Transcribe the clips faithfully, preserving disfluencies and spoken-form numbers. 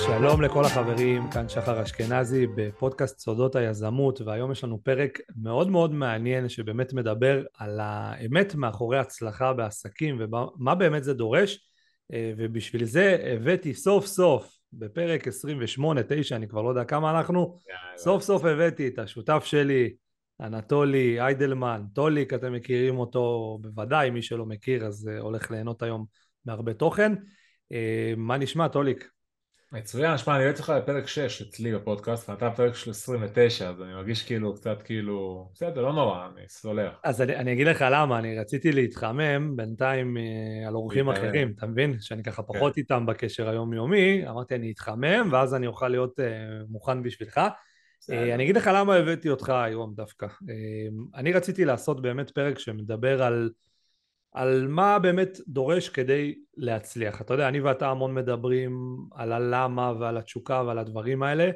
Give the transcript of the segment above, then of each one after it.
שלום לכל החברים, כאן שחר אשכנזי בפודקאסט סודות היזמות, והיום יש לנו פרק מאוד מאוד מעניין שבאמת מדבר על האמת מאחורי הצלחה בעסקים ומה באמת זה דורש, ובשביל זה הבאתי סוף סוף בפרק עשרים ושמונה תשע, אני כבר לא יודע כמה אנחנו, סוף סוף הבאתי את השותף שלי אנטולי איידלמן. טוליק, אתם מכירים אותו בוודאי, מי שלא מכיר אז הולך ליהנות היום מהרבה תוכן. מה נשמע טוליק? מצוין, שמע, אני ראיתי לך בפרק שש אצלי בפודקאסט, ואתה בפרק של עשרים ותשע, אז אני מרגיש כאילו קצת כאילו, בסדר, לא נורא, אני סולח. אז אני, אני אגיד לך למה, אני רציתי להתחמם בינתיים אה, על אורחים להתערב. אחרים, אתה מבין? שאני ככה כן, פחות איתם בקשר היומיומי, אמרתי אני אתחמם ואז אני אוכל להיות אה, מוכן בשבילך. אה, בסדר. אני אגיד לך למה הבאתי אותך היום דווקא. אה, אני רציתי לעשות באמת פרק שמדבר על, על מה באמת דורש כדי להצליח. אתה יודע, אני ואתה המון מדברים על הלמה ועל התשוקה ועל הדברים האלה,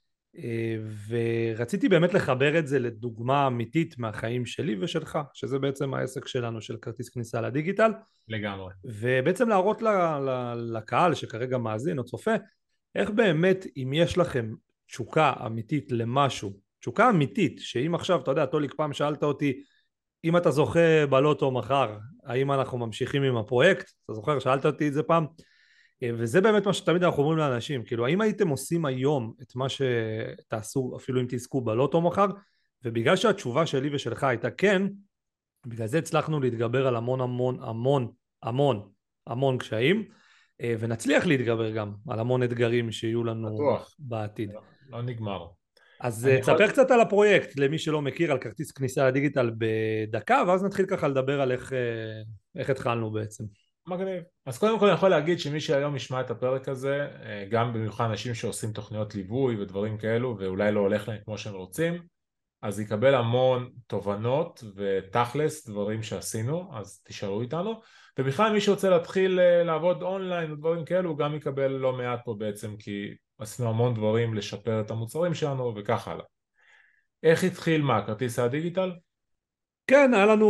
ורציתי באמת לחבר את זה לדוגמה אמיתית מהחיים שלי ושלך, שזה בעצם העסק שלנו של כרטיס כניסה לדיגיטל, לגמרי. ובעצם להראות ל- ל- לקהל שכרגע מאזין או צופה, איך באמת אם יש לכם תשוקה אמיתית למשהו, תשוקה אמיתית, שאם עכשיו, אתה יודע, טוליק, פעם שאלת אותי, אם אתה זוכה בלוטו מחר, האם אנחנו ממשיכים עם הפרויקט? אתה זוכר, שאלת אותי את זה פעם? וזה באמת מה שתמיד אנחנו אומרים לאנשים, כאילו האם הייתם עושים היום את מה שתעשו אפילו אם תזכו בלוטו מחר, ובגלל שהתשובה שלי ושלך הייתה כן, בגלל זה הצלחנו להתגבר על המון המון המון המון המון קשיים, ונצליח להתגבר גם על המון אתגרים שיהיו לנו בטוח. בעתיד. לא, לא נגמר. אז אני יכול... תספר קצת על הפרויקט למי שלא מכיר, על כרטיס כניסה לדיגיטל בדקה, ואז נתחיל ככה לדבר על איך, איך התחלנו בעצם. מגניב. אז קודם כל אני יכול להגיד שמי שהיום ישמע את הפרק הזה, גם במיוחד אנשים שעושים תוכניות ליווי ודברים כאלו, ואולי לא הולך להם כמו שהם רוצים, אז יקבל המון תובנות ותכלס דברים שעשינו, אז תישארו איתנו. ובכלל מי שרוצה להתחיל לעבוד אונליין ודברים כאלו, הוא גם יקבל לא מעט פה בעצם, כי עשינו המון דברים לשפר את המוצרים שלנו וכך הלאה. איך התחיל מה? כרטיס הדיגיטל? כן, היה לנו,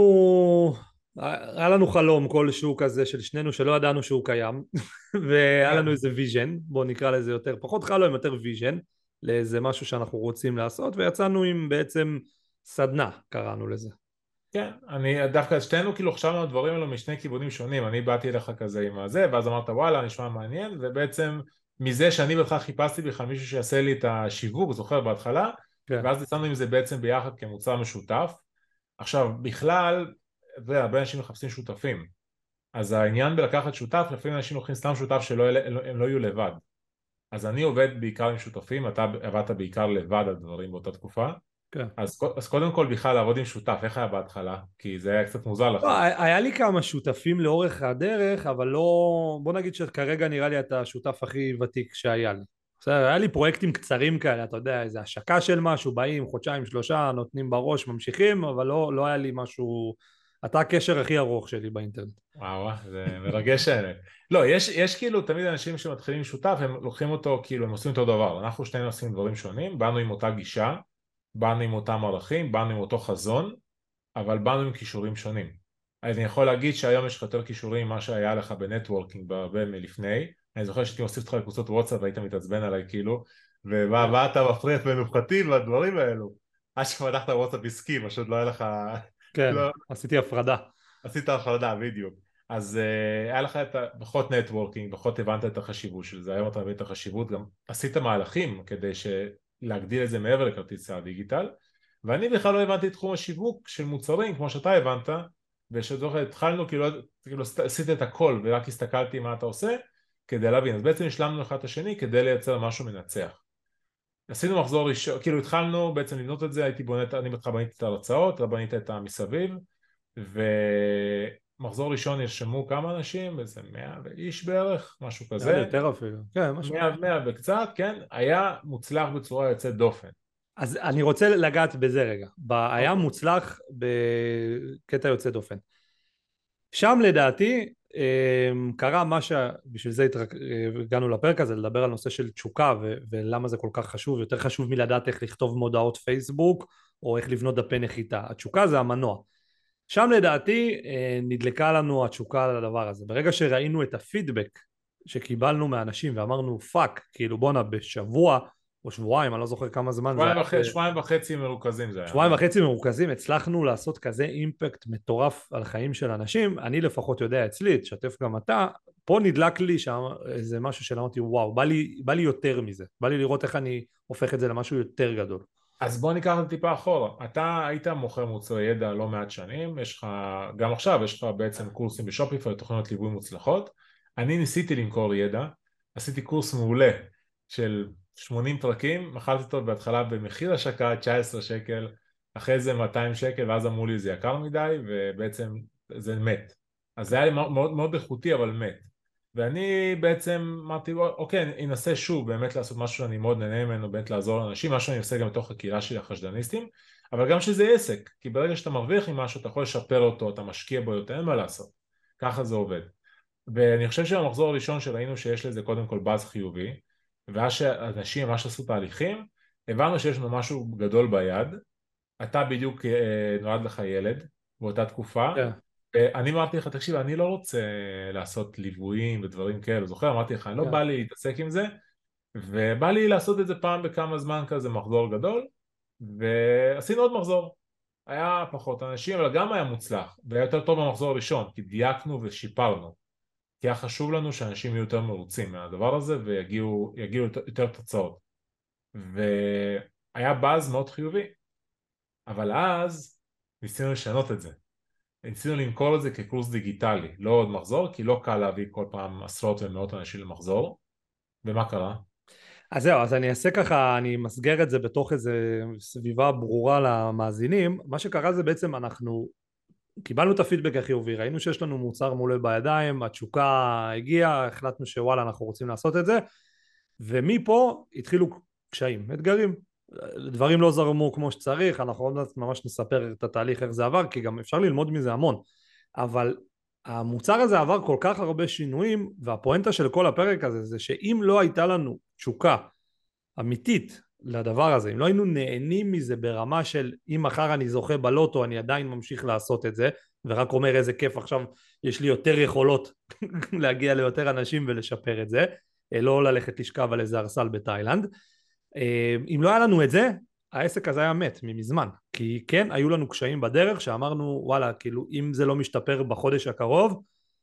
היה לנו חלום כלשהו כזה של שנינו שלא ידענו שהוא קיים, והיה כן. לנו איזה ויז'ן, בוא נקרא לזה יותר, פחות חלום, יותר ויז'ן, לאיזה משהו שאנחנו רוצים לעשות, ויצאנו עם בעצם סדנה, קראנו לזה. כן, אני דווקא שתינו כאילו חשבנו על דברים האלו משני כיוונים שונים, אני באתי אליך כזה עם הזה, ואז אמרת וואלה נשמע מעניין, ובעצם מזה שאני בכלל חיפשתי בכלל מישהו שיעשה לי את השיווק, זוכר בהתחלה, כן. ואז יצאנו עם זה בעצם ביחד כמוצר משותף. עכשיו בכלל, אתה יודע, הרבה אנשים מחפשים שותפים, אז העניין בלקחת שותף, לפעמים אנשים לוקחים סתם שותף שלא הם לא יהיו לבד, אז אני עובד בעיקר עם שותפים, אתה עבדת בעיקר לבד על דברים באותה תקופה, כן. אז, אז קודם כל בכלל לעבוד עם שותף, איך היה בהתחלה? כי זה היה קצת מוזר לך. לא, היה לי כמה שותפים לאורך הדרך, אבל לא, בוא נגיד שכרגע נראה לי אתה השותף הכי ותיק שהיה לי. בסדר, היה לי פרויקטים קצרים כאלה, אתה יודע, איזה השקה של משהו, באים חודשיים שלושה, נותנים בראש, ממשיכים, אבל לא, לא היה לי משהו, אתה הקשר הכי ארוך שלי באינטרנט. וואו, זה מרגש האמת. לא, יש, יש כאילו תמיד אנשים שמתחילים עם שותף, הם לוקחים אותו, כאילו הם עושים אותו דבר. אנחנו שנינו עושים דברים שונים, באנו עם אותה גישה, באנו עם אותם ערכים, באנו עם אותו חזון, אבל באנו עם כישורים שונים. אז אני יכול להגיד שהיום יש לך יותר כישורים ממה שהיה לך בנטוורקינג בהרבה מלפני. אני זוכר שהייתי מוסיף אותך לקבוצות וואטסאפ והיית מתעצבן עליי כאילו, ומה מה אתה מפריח בנוחתים והדברים האלו. עד שפתחת וואטסאפ עסקי, פשוט לא היה לך... כן, לא, עשיתי הפרדה. עשית הפרדה, בדיוק. אז uh, היה לך את ה... פחות נטוורקינג, פחות הבנת את החשיבות של זה, היום אתה מבין את החשיבות, גם עשית מהלכים כדי ש... להגדיל את זה מעבר לכרטיס הדיגיטל, ואני בכלל לא הבנתי את תחום השיווק של מוצרים כמו שאתה הבנת, ושזוכר התחלנו כאילו, כאילו עשית את הכל ורק הסתכלתי מה אתה עושה כדי להבין, אז בעצם השלמנו אחד את השני כדי לייצר משהו מנצח. עשינו מחזור ראשון, כאילו התחלנו בעצם לבנות את זה, הייתי בונה, אני בתך בניתי את ההרצאות, אתה בנית את המסביב, ומחזור ראשון נרשמו כמה אנשים, איזה מאה איש בערך, משהו נראה לי כזה, יותר אפילו. כן, משהו. מאה, מאה וקצת, כן, היה מוצלח בצורה יוצאת דופן. אז אני רוצה לגעת בזה רגע. היה אוקיי. מוצלח בקטע יוצא דופן. שם לדעתי קרה מה שבשביל זה הגענו לפרק הזה, לדבר על נושא של תשוקה ו- ולמה זה כל כך חשוב, יותר חשוב מלדעת איך לכתוב מודעות פייסבוק או איך לבנות דפי נחיתה. התשוקה זה המנוע. שם לדעתי נדלקה לנו התשוקה על הדבר הזה. ברגע שראינו את הפידבק שקיבלנו מאנשים ואמרנו פאק, כאילו בונה בשבוע או שבועיים, אני לא זוכר כמה זמן זה היה, שבועיים וחצי, שבועיים וחצי מרוכזים זה היה. שבועיים וחצי מרוכזים, הצלחנו לעשות כזה אימפקט מטורף על חיים של אנשים, אני לפחות יודע אצלי, תשתף גם אתה, פה נדלק לי שם איזה משהו שאמרתי וואו, בא לי, בא לי יותר מזה, בא לי לראות איך אני הופך את זה למשהו יותר גדול. אז בוא ניקח את טיפה אחורה, אתה היית מוכר מוצרי ידע לא מעט שנים, יש לך, גם עכשיו יש לך בעצם קורסים בשופיפיי, תוכניות ליווי מוצלחות, אני ניסיתי למכור ידע, עשיתי קורס מעולה של שמונים פרקים, מכרתי אותו בהתחלה במחיר השקה תשע עשרה שקל, אחרי זה מאתיים שקל, ואז אמרו לי זה יקר מדי, ובעצם זה מת. אז זה היה לי מאוד מאוד איכותי, אבל מת. ואני בעצם אמרתי, אוקיי, אנסה שוב באמת לעשות משהו שאני מאוד נהנה ממנו, באמת לעזור לאנשים, משהו שאני עושה גם בתוך הקהילה שלי החשדניסטים, אבל גם שזה עסק, כי ברגע שאתה מרוויח עם משהו, אתה יכול לשפר אותו, אתה משקיע בו יותר, אין מה לעשות. ככה זה עובד. ואני חושב שבמחזור הראשון שראינו שיש לזה קודם כל באז חיובי, ואז שאנשים ממש עשו תהליכים, הבנו שיש לנו משהו גדול ביד, אתה בדיוק נולד לך ילד באותה תקופה, Yeah. אני אמרתי לך, תקשיב, אני לא רוצה לעשות ליוויים ודברים כאלה, זוכר? אמרתי לך, אני לא Yeah. בא לי להתעסק עם זה, ובא לי לעשות את זה פעם בכמה זמן כזה מחזור גדול, ועשינו עוד מחזור. היה פחות אנשים, אבל גם היה מוצלח, והיה יותר טוב במחזור הראשון, כי דייקנו ושיפרנו. כי היה חשוב לנו שאנשים יהיו יותר מרוצים מהדבר הזה, ויגיעו יגיעו יותר, יותר תוצאות. והיה באז מאוד חיובי, אבל אז ניסינו לשנות את זה. ניסינו למכור את זה כקורס דיגיטלי, לא עוד מחזור, כי לא קל להביא כל פעם עשרות ומאות אנשים למחזור. ומה קרה? אז זהו, אז אני אעשה ככה, אני מסגר את זה בתוך איזה סביבה ברורה למאזינים. מה שקרה זה בעצם אנחנו קיבלנו את הפידבק החיובי, ראינו שיש לנו מוצר מעולה בידיים, התשוקה הגיעה, החלטנו שוואלה אנחנו רוצים לעשות את זה, ומפה התחילו קשיים, אתגרים, דברים לא זרמו כמו שצריך, אנחנו עוד מעט ממש נספר את התהליך איך זה עבר, כי גם אפשר ללמוד מזה המון, אבל המוצר הזה עבר כל כך הרבה שינויים, והפואנטה של כל הפרק הזה זה שאם לא הייתה לנו תשוקה אמיתית לדבר הזה, אם לא היינו נהנים מזה ברמה של אם מחר אני זוכה בלוטו אני עדיין ממשיך לעשות את זה ורק אומר איזה כיף עכשיו יש לי יותר יכולות להגיע ליותר אנשים ולשפר את זה, לא ללכת לשכב על איזה ארסל בתאילנד, אם לא היה לנו את זה העסק הזה היה מת ממזמן, כי כן היו לנו קשיים בדרך שאמרנו וואלה כאילו אם זה לא משתפר בחודש הקרוב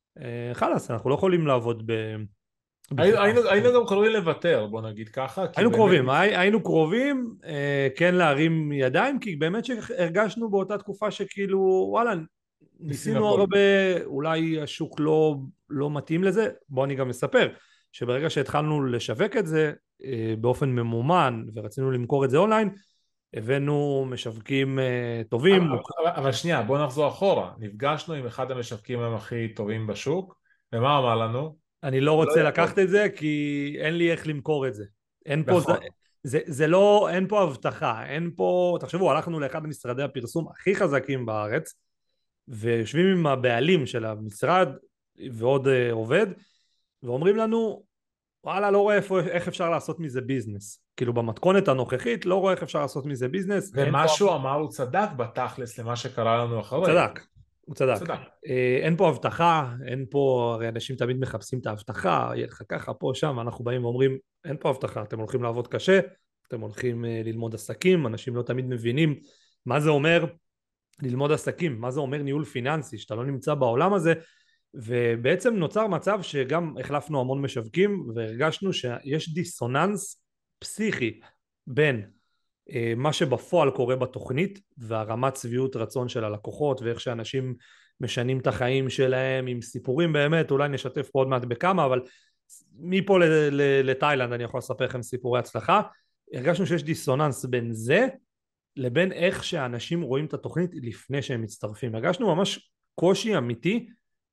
חלס אנחנו לא יכולים לעבוד ב... היינו, היינו גם קרובים לוותר, בוא נגיד ככה. היינו קרובים, באמת... היינו קרובים אה, כן להרים ידיים, כי באמת שהרגשנו באותה תקופה שכאילו וואלה, ניסינו הרבה, אולי השוק לא, לא מתאים לזה, בוא אני גם מספר, שברגע שהתחלנו לשווק את זה אה, באופן ממומן, ורצינו למכור את זה אונליין, הבאנו משווקים אה, טובים. אבל, אבל, אבל שנייה, בוא נחזור אחורה, נפגשנו עם אחד המשווקים הכי טובים בשוק, ומה אמר לנו? אני לא רוצה לא לקחת יכול. את זה כי אין לי איך למכור את זה. אין פה, זה, זה, זה לא, אין פה הבטחה, אין פה, תחשבו, הלכנו לאחד משרדי הפרסום הכי חזקים בארץ, ויושבים עם הבעלים של המשרד ועוד uh, עובד, ואומרים לנו, וואלה, לא רואה איפה, איך אפשר לעשות מזה ביזנס. כאילו במתכונת הנוכחית, לא רואה איך אפשר לעשות מזה ביזנס. ומשהו פה... אמר, הוא צדק בתכלס למה שקרה לנו אחרי. הוא צדק. הוא צדק. צדק. אין פה הבטחה, אין פה, הרי אנשים תמיד מחפשים את ההבטחה, יהיה לך ככה פה שם, אנחנו באים ואומרים, אין פה הבטחה, אתם הולכים לעבוד קשה, אתם הולכים ללמוד עסקים, אנשים לא תמיד מבינים מה זה אומר ללמוד עסקים, מה זה אומר ניהול פיננסי, שאתה לא נמצא בעולם הזה, ובעצם נוצר מצב שגם החלפנו המון משווקים, והרגשנו שיש דיסוננס פסיכי בין מה שבפועל קורה בתוכנית והרמת שביעות רצון של הלקוחות ואיך שאנשים משנים את החיים שלהם עם סיפורים באמת, אולי נשתף פה עוד מעט בכמה, אבל מפה לתאילנד אני יכול לספר לכם סיפורי הצלחה. הרגשנו שיש דיסוננס בין זה לבין איך שאנשים רואים את התוכנית לפני שהם מצטרפים. הרגשנו ממש קושי אמיתי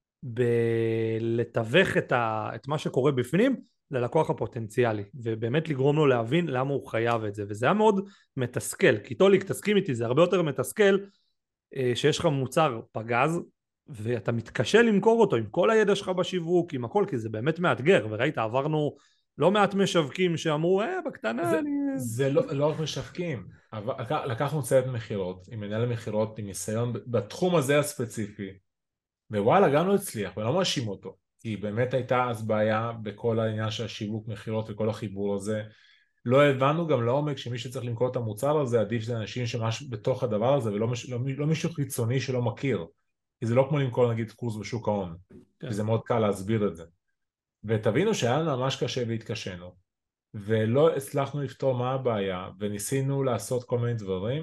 בלתווך את, ה... את מה שקורה בפנים ללקוח הפוטנציאלי, ובאמת לגרום לו להבין למה הוא חייב את זה, וזה היה מאוד מתסכל, כי טוליק תסכים איתי, זה הרבה יותר מתסכל שיש לך מוצר פגז, ואתה מתקשה למכור אותו עם כל הידע שלך בשיווק, עם הכל, כי זה באמת מאתגר, וראית, עברנו לא מעט משווקים שאמרו, אה, בקטנה זה, אני... זה לא, לא רק משווקים, לקחנו צוות מחירות, עם מנהל מחירות, עם ניסיון בתחום הזה הספציפי, ווואלה, גם לא הצליח, ולא מאשים אותו. כי באמת הייתה אז בעיה בכל העניין של השיווק, מחירות וכל החיבור הזה. לא הבנו גם לעומק שמי שצריך למכור את המוצר הזה, עדיף זה אנשים שמש בתוך הדבר הזה, ולא מש, לא, לא מישהו חיצוני שלא מכיר. כי זה לא כמו למכור נגיד קורס בשוק ההון, כן. וזה מאוד קל להסביר את זה. ותבינו שהיה לנו ממש קשה והתקשינו, ולא הצלחנו לפתור מה הבעיה, וניסינו לעשות כל מיני דברים,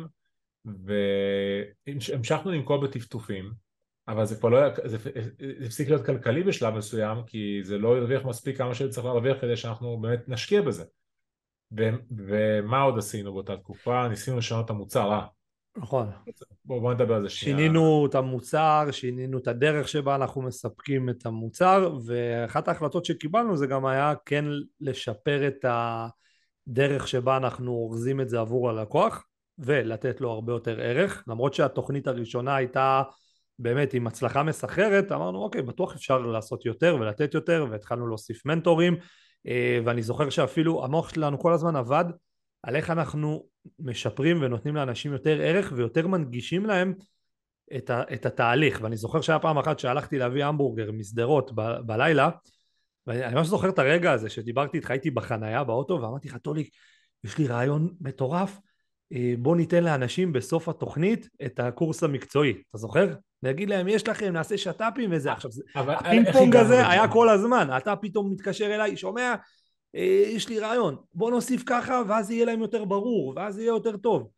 והמשכנו למכור בטפטופים, אבל זה כבר לא היה, זה, זה הפסיק להיות כלכלי בשלב מסוים, כי זה לא הרוויח מספיק כמה שצריך להרוויח כדי שאנחנו באמת נשקיע בזה. ו, ומה עוד עשינו באותה תקופה? ניסינו לשנות את המוצר, אה? נכון. בואו בוא נדבר על זה שנייה. שינינו את המוצר, שינינו את הדרך שבה אנחנו מספקים את המוצר, ואחת ההחלטות שקיבלנו זה גם היה כן לשפר את הדרך שבה אנחנו אורזים את זה עבור הלקוח, ולתת לו הרבה יותר ערך, למרות שהתוכנית הראשונה הייתה באמת עם הצלחה מסחררת, אמרנו אוקיי, בטוח אפשר לעשות יותר ולתת יותר, והתחלנו להוסיף מנטורים, ואני זוכר שאפילו המוח שלנו כל הזמן עבד על איך אנחנו משפרים ונותנים לאנשים יותר ערך ויותר מנגישים להם את, ה, את התהליך. ואני זוכר שהיה פעם אחת שהלכתי להביא המבורגר מסדרות ב, בלילה, ואני ממש זוכר את הרגע הזה שדיברתי איתך, הייתי בחנייה באוטו ואמרתי לך, טוליק, יש לי רעיון מטורף, בוא ניתן לאנשים בסוף התוכנית את הקורס המקצועי, אתה זוכר? נגיד להם, יש לכם, נעשה שטאפים וזה. עכשיו, הפינג פונג הזה היה כל הזמן, אתה פתאום מתקשר אליי, שומע, יש לי רעיון, בוא נוסיף ככה, ואז יהיה להם יותר ברור, ואז יהיה יותר טוב.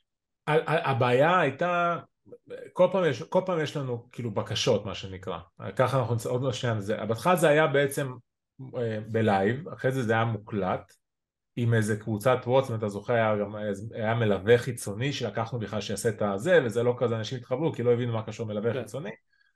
הבעיה הייתה, כל פעם יש, כל פעם יש לנו כאילו בקשות, מה שנקרא, ככה אנחנו עוד לא שנייה לזה. בהתחלה זה היה בעצם בלייב, אחרי זה זה היה מוקלט, עם איזה קבוצת וואטס, אם אתה זוכר, היה, גם, היה מלווה חיצוני שלקחנו בכלל שיעשה את הזה, וזה לא כזה אנשים התחברו, כי לא הבינו מה קשור מלווה כן. חיצוני,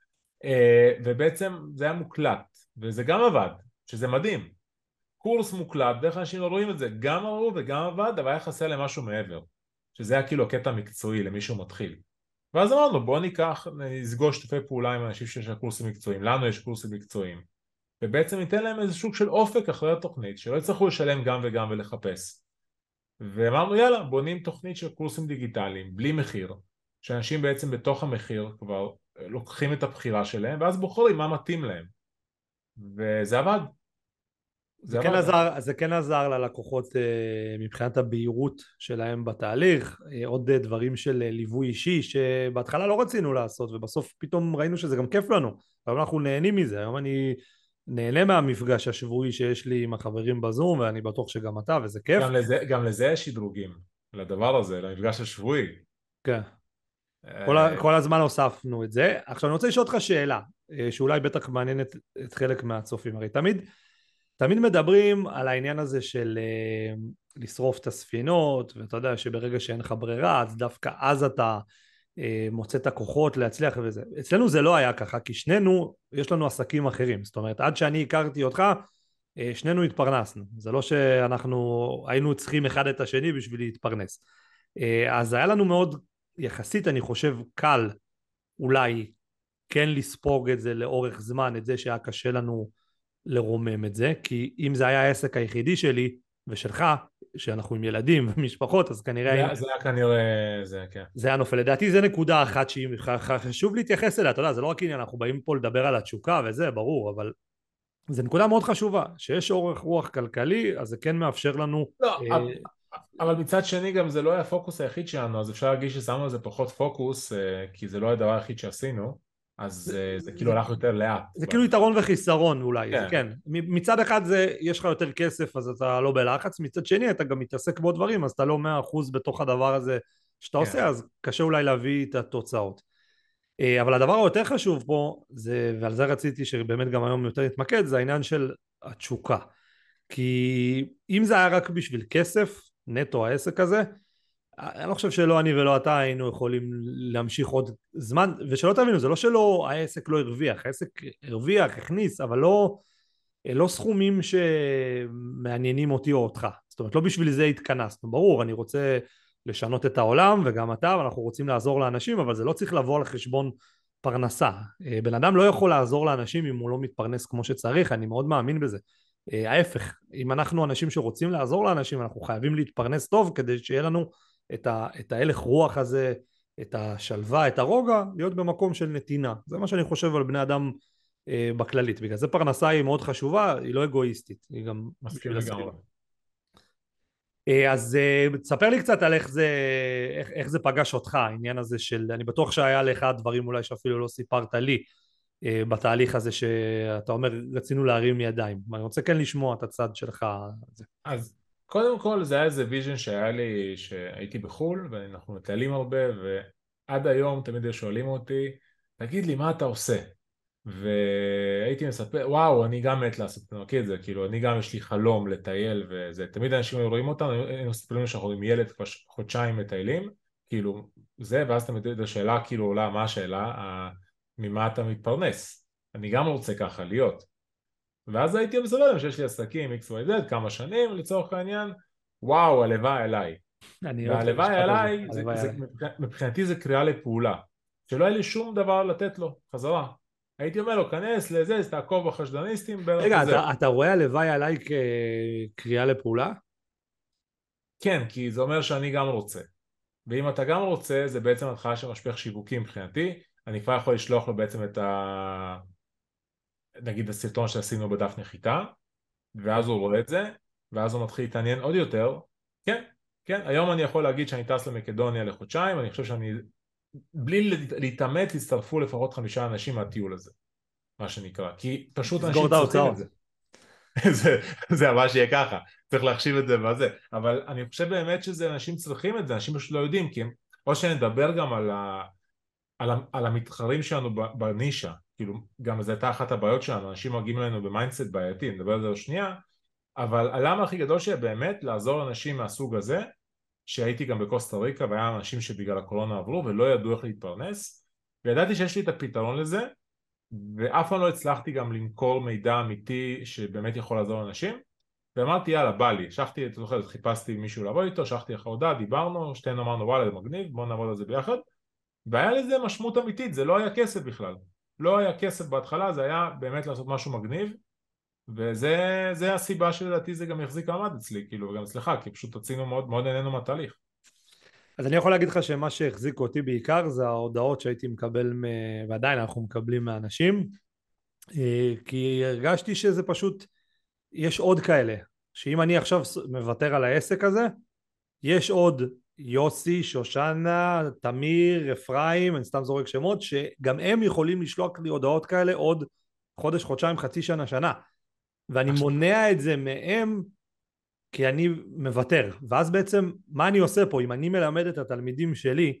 ובעצם זה היה מוקלט, וזה גם עבד, שזה מדהים. קורס מוקלט, דרך אנשים לא רואים את זה, גם ראו וגם עבד, אבל היה חסר למשהו מעבר, שזה היה כאילו הקטע מקצועי למישהו מתחיל. ואז אמרנו, בוא ניקח, נסגור שתפי פעולה עם אנשים שיש קורסים מקצועיים, לנו יש קורסים מקצועיים, ובעצם ניתן להם איזה שוק של אופק אחרי התוכנית, שלא יצטרכו לשלם גם וגם ולחפש. ואמרנו, יאללה, בונים תוכנית של קורסים דיגיטליים, בלי מחיר, שאנשים בעצם בתוך המחיר כבר לוקחים את הבחירה שלהם, ואז בוחרים מה מתאים להם. וזה עבד. זה, זה, כן עזר, זה כן עזר ללקוחות מבחינת הבהירות שלהם בתהליך, עוד דברים של ליווי אישי שבהתחלה לא רצינו לעשות, ובסוף פתאום ראינו שזה גם כיף לנו, היום אנחנו נהנים מזה, היום אני נהנה מהמפגש השבועי שיש לי עם החברים בזום, ואני בטוח שגם אתה, וזה כיף. גם לזה, גם לזה יש שדרוגים, לדבר הזה, למפגש השבועי. כן. כל, כל הזמן הוספנו את זה. עכשיו אני רוצה לשאול אותך שאלה, שאולי בטח מעניינת את חלק מהצופים, הרי תמיד, תמיד מדברים על העניין הזה של לשרוף את הספינות, ואתה יודע שברגע שאין לך ברירה, אז דווקא אז אתה מוצא את הכוחות להצליח וזה. אצלנו זה לא היה ככה, כי שנינו, יש לנו עסקים אחרים. זאת אומרת, עד שאני הכרתי אותך, שנינו התפרנסנו. זה לא שאנחנו היינו צריכים אחד את השני בשביל להתפרנס. אז היה לנו מאוד, יחסית אני חושב, קל אולי כן לספוג את זה לאורך זמן, את זה שהיה קשה לנו לרומם את זה, כי אם זה היה העסק היחידי שלי ושלך, שאנחנו עם ילדים ומשפחות, אז כנראה... זה, זה היה כנראה... זה, כן. זה היה נופל. לדעתי זה נקודה אחת שהיא חשוב להתייחס אליה, אתה יודע, זה לא רק עניין, אנחנו באים פה לדבר על התשוקה וזה, ברור, אבל זה נקודה מאוד חשובה, שיש אורך רוח כלכלי, אז זה כן מאפשר לנו... לא, אה... אבל מצד שני גם זה לא היה הפוקוס היחיד שלנו, אז אפשר להגיד ששמנו על זה פחות פוקוס, כי זה לא היה הדבר היחיד שעשינו, אז זה, זה כאילו הלך יותר לאט. זה כאילו יתרון וחיסרון אולי, כן. כן. מצד אחד זה, יש לך יותר כסף אז אתה לא בלחץ, מצד שני אתה גם מתעסק בו דברים, אז אתה לא מאה אחוז בתוך הדבר הזה שאתה כן. עושה, אז קשה אולי להביא את התוצאות. אבל הדבר היותר חשוב פה, זה, ועל זה רציתי שבאמת גם היום יותר נתמקד, זה העניין של התשוקה. כי אם זה היה רק בשביל כסף, נטו העסק הזה, אני לא חושב שלא אני ולא אתה היינו יכולים להמשיך עוד זמן, ושלא תבינו, זה לא שלא העסק לא הרוויח, העסק הרוויח, הכניס, אבל לא, לא סכומים שמעניינים אותי או אותך. זאת אומרת, לא בשביל זה התכנסנו. ברור, אני רוצה לשנות את העולם, וגם אתה, ואנחנו רוצים לעזור לאנשים, אבל זה לא צריך לבוא על חשבון פרנסה. בן אדם לא יכול לעזור לאנשים אם הוא לא מתפרנס כמו שצריך, אני מאוד מאמין בזה. ההפך, אם אנחנו אנשים שרוצים לעזור לאנשים, אנחנו חייבים להתפרנס טוב כדי שיהיה לנו את, ה, את ההלך רוח הזה, את השלווה, את הרוגע, להיות במקום של נתינה. זה מה שאני חושב על בני אדם בכללית. בגלל זה פרנסה היא מאוד חשובה, היא לא אגואיסטית, היא גם מסכים בשביל הסביבה. לגמרי. אז תספר לי קצת על איך זה, איך, איך זה פגש אותך, העניין הזה של, אני בטוח שהיה לך דברים אולי שאפילו לא סיפרת לי, בתהליך הזה שאתה אומר רצינו להרים ידיים. אני רוצה כן לשמוע את הצד שלך. אז קודם כל זה היה איזה ויז'ן שהיה לי שהייתי בחול ואנחנו מטיילים הרבה, ועד היום תמיד שואלים אותי תגיד לי מה אתה עושה, והייתי מספר וואו אני גם מת לעשות את זה, כאילו אני גם יש לי חלום לטייל וזה, תמיד אנשים רואים אותנו, הם מספרים שאנחנו עם ילד כבר חודשיים מטיילים כאילו זה, ואז תמיד השאלה כאילו עולה מה השאלה, ממה אתה מתפרנס, אני גם רוצה ככה להיות, ואז הייתי מסתכל להם שיש לי עסקים אקס וואי זד כמה שנים לצורך העניין, וואו הלוואי אליי, והלוואי אליי זה, זה, מבחינתי זה קריאה לפעולה שלא היה לי שום דבר לתת לו חזרה, הייתי אומר לו כנס לזה, תעקוב בחשדניסטים. רגע, אתה, אתה רואה הלוואי עליי כקריאה לפעולה? כן, כי זה אומר שאני גם רוצה, ואם אתה גם רוצה זה בעצם התחלה של משפך שיווקים מבחינתי, אני כבר יכול לשלוח לו בעצם את ה... נגיד הסרטון שעשינו בדף נחיתה, ואז הוא רואה את זה, ואז הוא מתחיל להתעניין עוד יותר. כן, כן, היום אני יכול להגיד שאני טס למקדוניה לחודשיים, אני חושב שאני, בלי להתאמץ, הצטרפו לפחות חמישה אנשים מהטיול הזה, מה שנקרא, כי פשוט אנשים צריכים את זה. זה, זה ממש יהיה ככה, צריך להחשיב את זה וזה, אבל אני חושב באמת שזה אנשים צריכים את זה, אנשים פשוט לא יודעים, כי הם, או שנדבר גם על ה... על, על המתחרים שלנו בנישה, כאילו גם זו הייתה אחת הבעיות שלנו, אנשים מגיעים אלינו במיינדסט בעייתי, נדבר על זה לשנייה, אבל הלמה הכי גדול שבאמת לעזור לאנשים מהסוג הזה, שהייתי גם בקוסטה ריקה והיה אנשים שבגלל הקורונה עברו ולא ידעו איך להתפרנס, וידעתי שיש לי את הפתרון לזה, ואף פעם לא הצלחתי גם למכור מידע אמיתי שבאמת יכול לעזור לאנשים, ואמרתי יאללה בא לי, שכתי, אתה זוכר, חיפשתי מישהו לעבוד איתו, שלחתי לך הודעה, דיברנו, שתינו אמרנו וואלה זה מגניב, בוא נעבוד על זה ביחד, והיה לזה משמעות אמיתית, זה לא היה כסף בכלל, לא היה כסף בהתחלה, זה היה באמת לעשות משהו מגניב, וזה הסיבה שלדעתי זה גם יחזיק מעמד אצלי, כאילו, וגם אצלך, כי פשוט תצינו מאוד, מאוד עינינו מהתהליך. אז אני יכול להגיד לך שמה שהחזיק אותי בעיקר זה ההודעות שהייתי מקבל, ועדיין אנחנו מקבלים מאנשים, כי הרגשתי שזה פשוט, יש עוד כאלה, שאם אני עכשיו מוותר על העסק הזה, יש עוד יוסי, שושנה, תמיר, אפרים, אני סתם זורק שמות, שגם הם יכולים לשלוח לי הודעות כאלה עוד חודש, חודשיים, חצי שנה, שנה, ואני מונע את זה מהם כי אני מוותר. ואז בעצם מה אני עושה פה? אם אני מלמד את התלמידים שלי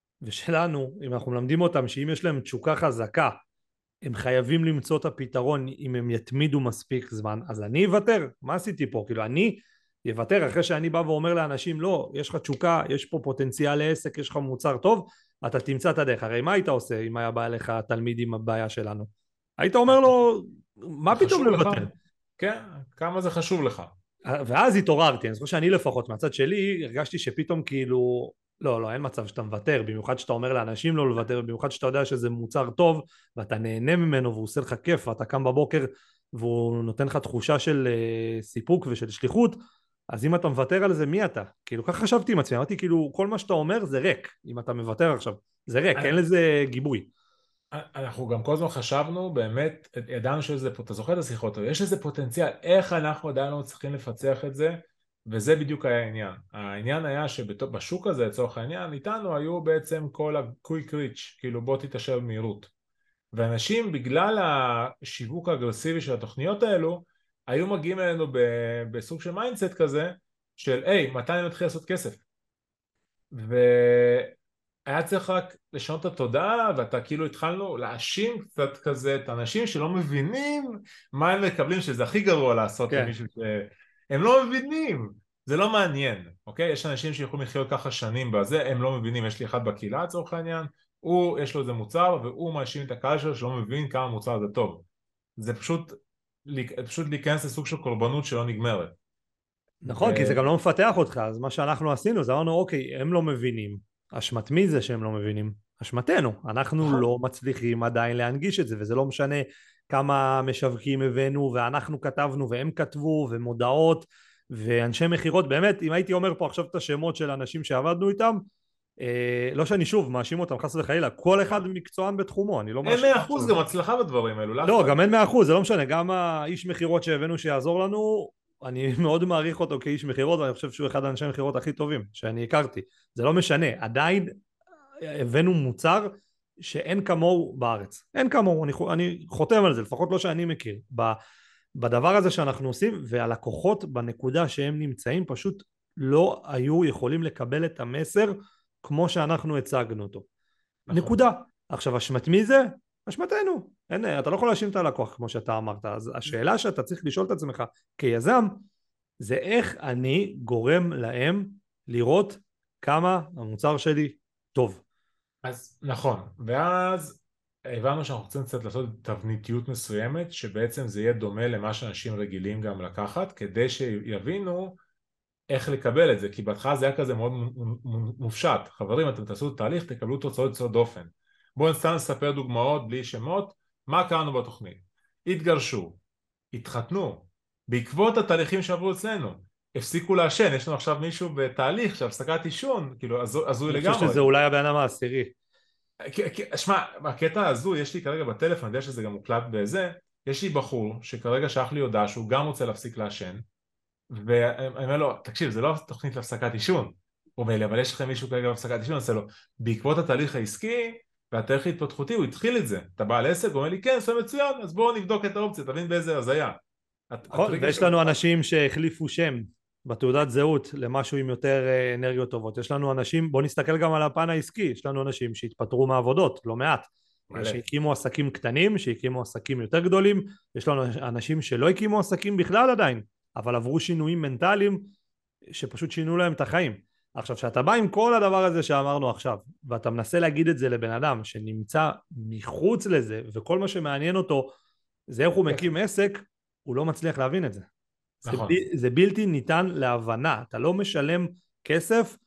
ושלנו, אם אנחנו מלמדים אותם שאם יש להם תשוקה חזקה הם חייבים למצוא את הפתרון אם הם יתמידו מספיק זמן, אז אני אוותר. מה עשיתי פה? כאילו אני יוותר אחרי שאני בא ואומר לאנשים לא, יש לך תשוקה, יש פה פוטנציאל לעסק, יש לך מוצר טוב, אתה תמצא את הדרך. הרי מה היית עושה אם היה בא לך תלמיד עם הבעיה שלנו? היית אומר לו מה פתאום לוותר? כן, כמה זה חשוב לך. ואז התעוררתי, אני זוכר שאני לפחות מהצד שלי הרגשתי שפתאום כאילו לא לא אין מצב שאתה מוותר, במיוחד שאתה אומר לאנשים לא לוותר, במיוחד שאתה יודע שזה מוצר טוב ואתה נהנה ממנו והוא עושה לך כיף ואתה קם בבוקר והוא נותן לך תחושה של uh, סיפוק ושל שליחות, אז אם אתה מוותר על זה מי אתה? כאילו ככה חשבתי עם עצמי, אמרתי כאילו כל מה שאתה אומר זה ריק, אם אתה מוותר עכשיו זה ריק, אין לזה גיבוי. אנחנו גם כל הזמן חשבנו, באמת, ידענו שזה, אתה זוכר את השיחות, יש איזה פוטנציאל, איך אנחנו עדיין לא צריכים לפצח את זה, וזה בדיוק היה העניין. העניין היה שבשוק הזה, לצורך העניין, איתנו היו בעצם כל ה-quick reach, כאילו בוא תתאשר במהירות. ואנשים, בגלל השיווק האגרסיבי של התוכניות האלו, היו מגיעים אלינו בסוג של מיינדסט כזה, של, היי, מתי אני מתחיל לעשות כסף? ו... היה צריך רק לשנות את התודעה, ואתה כאילו התחלנו להאשים קצת כזה את האנשים שלא מבינים מה הם מקבלים, שזה הכי גרוע לעשות כן. למישהו שהם לא מבינים, זה לא מעניין, אוקיי? יש אנשים שיכולים לחיות ככה שנים בזה, הם לא מבינים, יש לי אחד בקהילה לצורך העניין, הוא יש לו איזה מוצר והוא מאשים את הקהל שלו שלא מבין כמה מוצר זה טוב, זה פשוט, פשוט להיכנס לסוג של קורבנות שלא נגמרת. נכון, ו... כי זה גם לא מפתח אותך, אז מה שאנחנו עשינו, זה אמרנו אוקיי, הם לא מבינים, אשמת מי זה שהם לא מבינים? אשמתנו, אנחנו לא מצליחים עדיין להנגיש את זה, וזה לא משנה כמה משווקים הבאנו, ואנחנו כתבנו והם כתבו, ומודעות, ואנשי מחירות, באמת, אם הייתי אומר פה עכשיו את השמות של אנשים שעבדנו איתם, אה, לא שאני שוב מאשים אותם חס וחלילה, כל אחד מקצוען בתחומו, אני לא אין מאשים מאה עכשיו. אחוז גם הצלחה בדברים האלו, לאף לא, אחד. גם אין מאה אחוז, זה לא משנה, גם האיש מכירות שהבאנו שיעזור לנו, אני מאוד מעריך אותו כאיש מכירות, ואני חושב שהוא אחד האנשי המכירות הכי טובים שאני הכרתי. זה לא משנה, עדיין הבאנו מוצר שאין כמוהו בארץ. אין כמוהו, אני, אני חותם על זה, לפחות לא שאני מכיר. בדבר הזה שאנחנו עושים, והלקוחות בנקודה שהם נמצאים פשוט לא היו יכולים לקבל את המסר כמו שאנחנו הצגנו אותו. נכון. נקודה. עכשיו אשמת מי זה? אשמתנו. אין, אתה לא יכול להאשים את הלקוח כמו שאתה אמרת. אז השאלה שאתה צריך לשאול את עצמך כיזם זה איך אני גורם להם לראות כמה המוצר שלי טוב. אז נכון, ואז הבנו שאנחנו רוצים קצת לעשות תבניתיות מסוימת, שבעצם זה יהיה דומה למה שאנשים רגילים גם לקחת, כדי שיבינו איך לקבל את זה, כי בהתחלה זה היה כזה מאוד מופשט. חברים, אתם תעשו תהליך, תקבלו תוצאות יוצאות דופן. בואו סתם נספר דוגמאות בלי שמות. מה קראנו בתוכנית? התגרשו, התחתנו, בעקבות התהליכים שעברו אצלנו, הפסיקו לעשן. יש לנו עכשיו מישהו בתהליך של הפסקת עישון, כאילו הזוי אני חושב לגמרי. שזה אולי הבן אדם העשירי. שמע, הקטע הזוי, יש לי כרגע בטלפון, אני יודע שזה גם מוקלט בזה, יש לי בחור שכרגע שלח לי הודעה שהוא גם רוצה להפסיק לעשן, ואני אומר לו, תקשיב, זה לא תוכנית להפסקת עישון. הוא אומר לי, אבל יש לכם מישהו כרגע להפסקת עישון? אני עושה לו, בעקבות התהליך העסקי והתהליך ההתפתחותי, הוא התחיל את זה. אתה בעל עסק? הוא אומר לי, כן, זה מצוין, אז בואו נבדוק את האופציה, תבין באיזה הזיה. נכון, ויש לנו אנשים שהחליפו שם בתעודת זהות למשהו עם יותר אנרגיות טובות. יש לנו אנשים, בוא נסתכל גם על הפן העסקי, יש לנו אנשים שהתפטרו מעבודות, לא מעט, מלא. שהקימו עסקים קטנים, שהקימו עסקים יותר גדולים, יש לנו אנשים שלא הקימו עסקים בכלל עדיין, אבל עברו שינויים מנטליים שפשוט שינו להם את החיים. עכשיו, שאתה בא עם כל הדבר הזה שאמרנו עכשיו, ואתה מנסה להגיד את זה לבן אדם שנמצא מחוץ לזה, וכל מה שמעניין אותו זה איך הוא מקים עסק, הוא לא מצליח להבין את זה. זה, נכון. ב, זה בלתי ניתן להבנה. אתה לא משלם כסף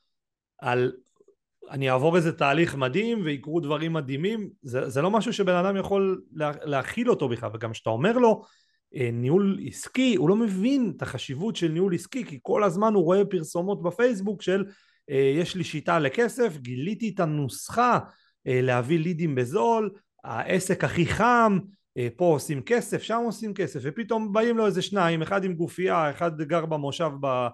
על אני אעבור איזה תהליך מדהים ויקרו דברים מדהימים. זה, זה לא משהו שבן אדם יכול לה, להכיל אותו בכלל. וגם שאתה אומר לו ניהול עסקי, הוא לא מבין את החשיבות של ניהול עסקי, כי כל הזמן הוא רואה פרסומות בפייסבוק של יש לי שיטה לכסף, גיליתי את הנוסחה להביא לידים בזול, העסק הכי חם, פה עושים כסף, שם עושים כסף, ופתאום באים לו איזה שניים, אחד עם גופייה, אחד גר במושב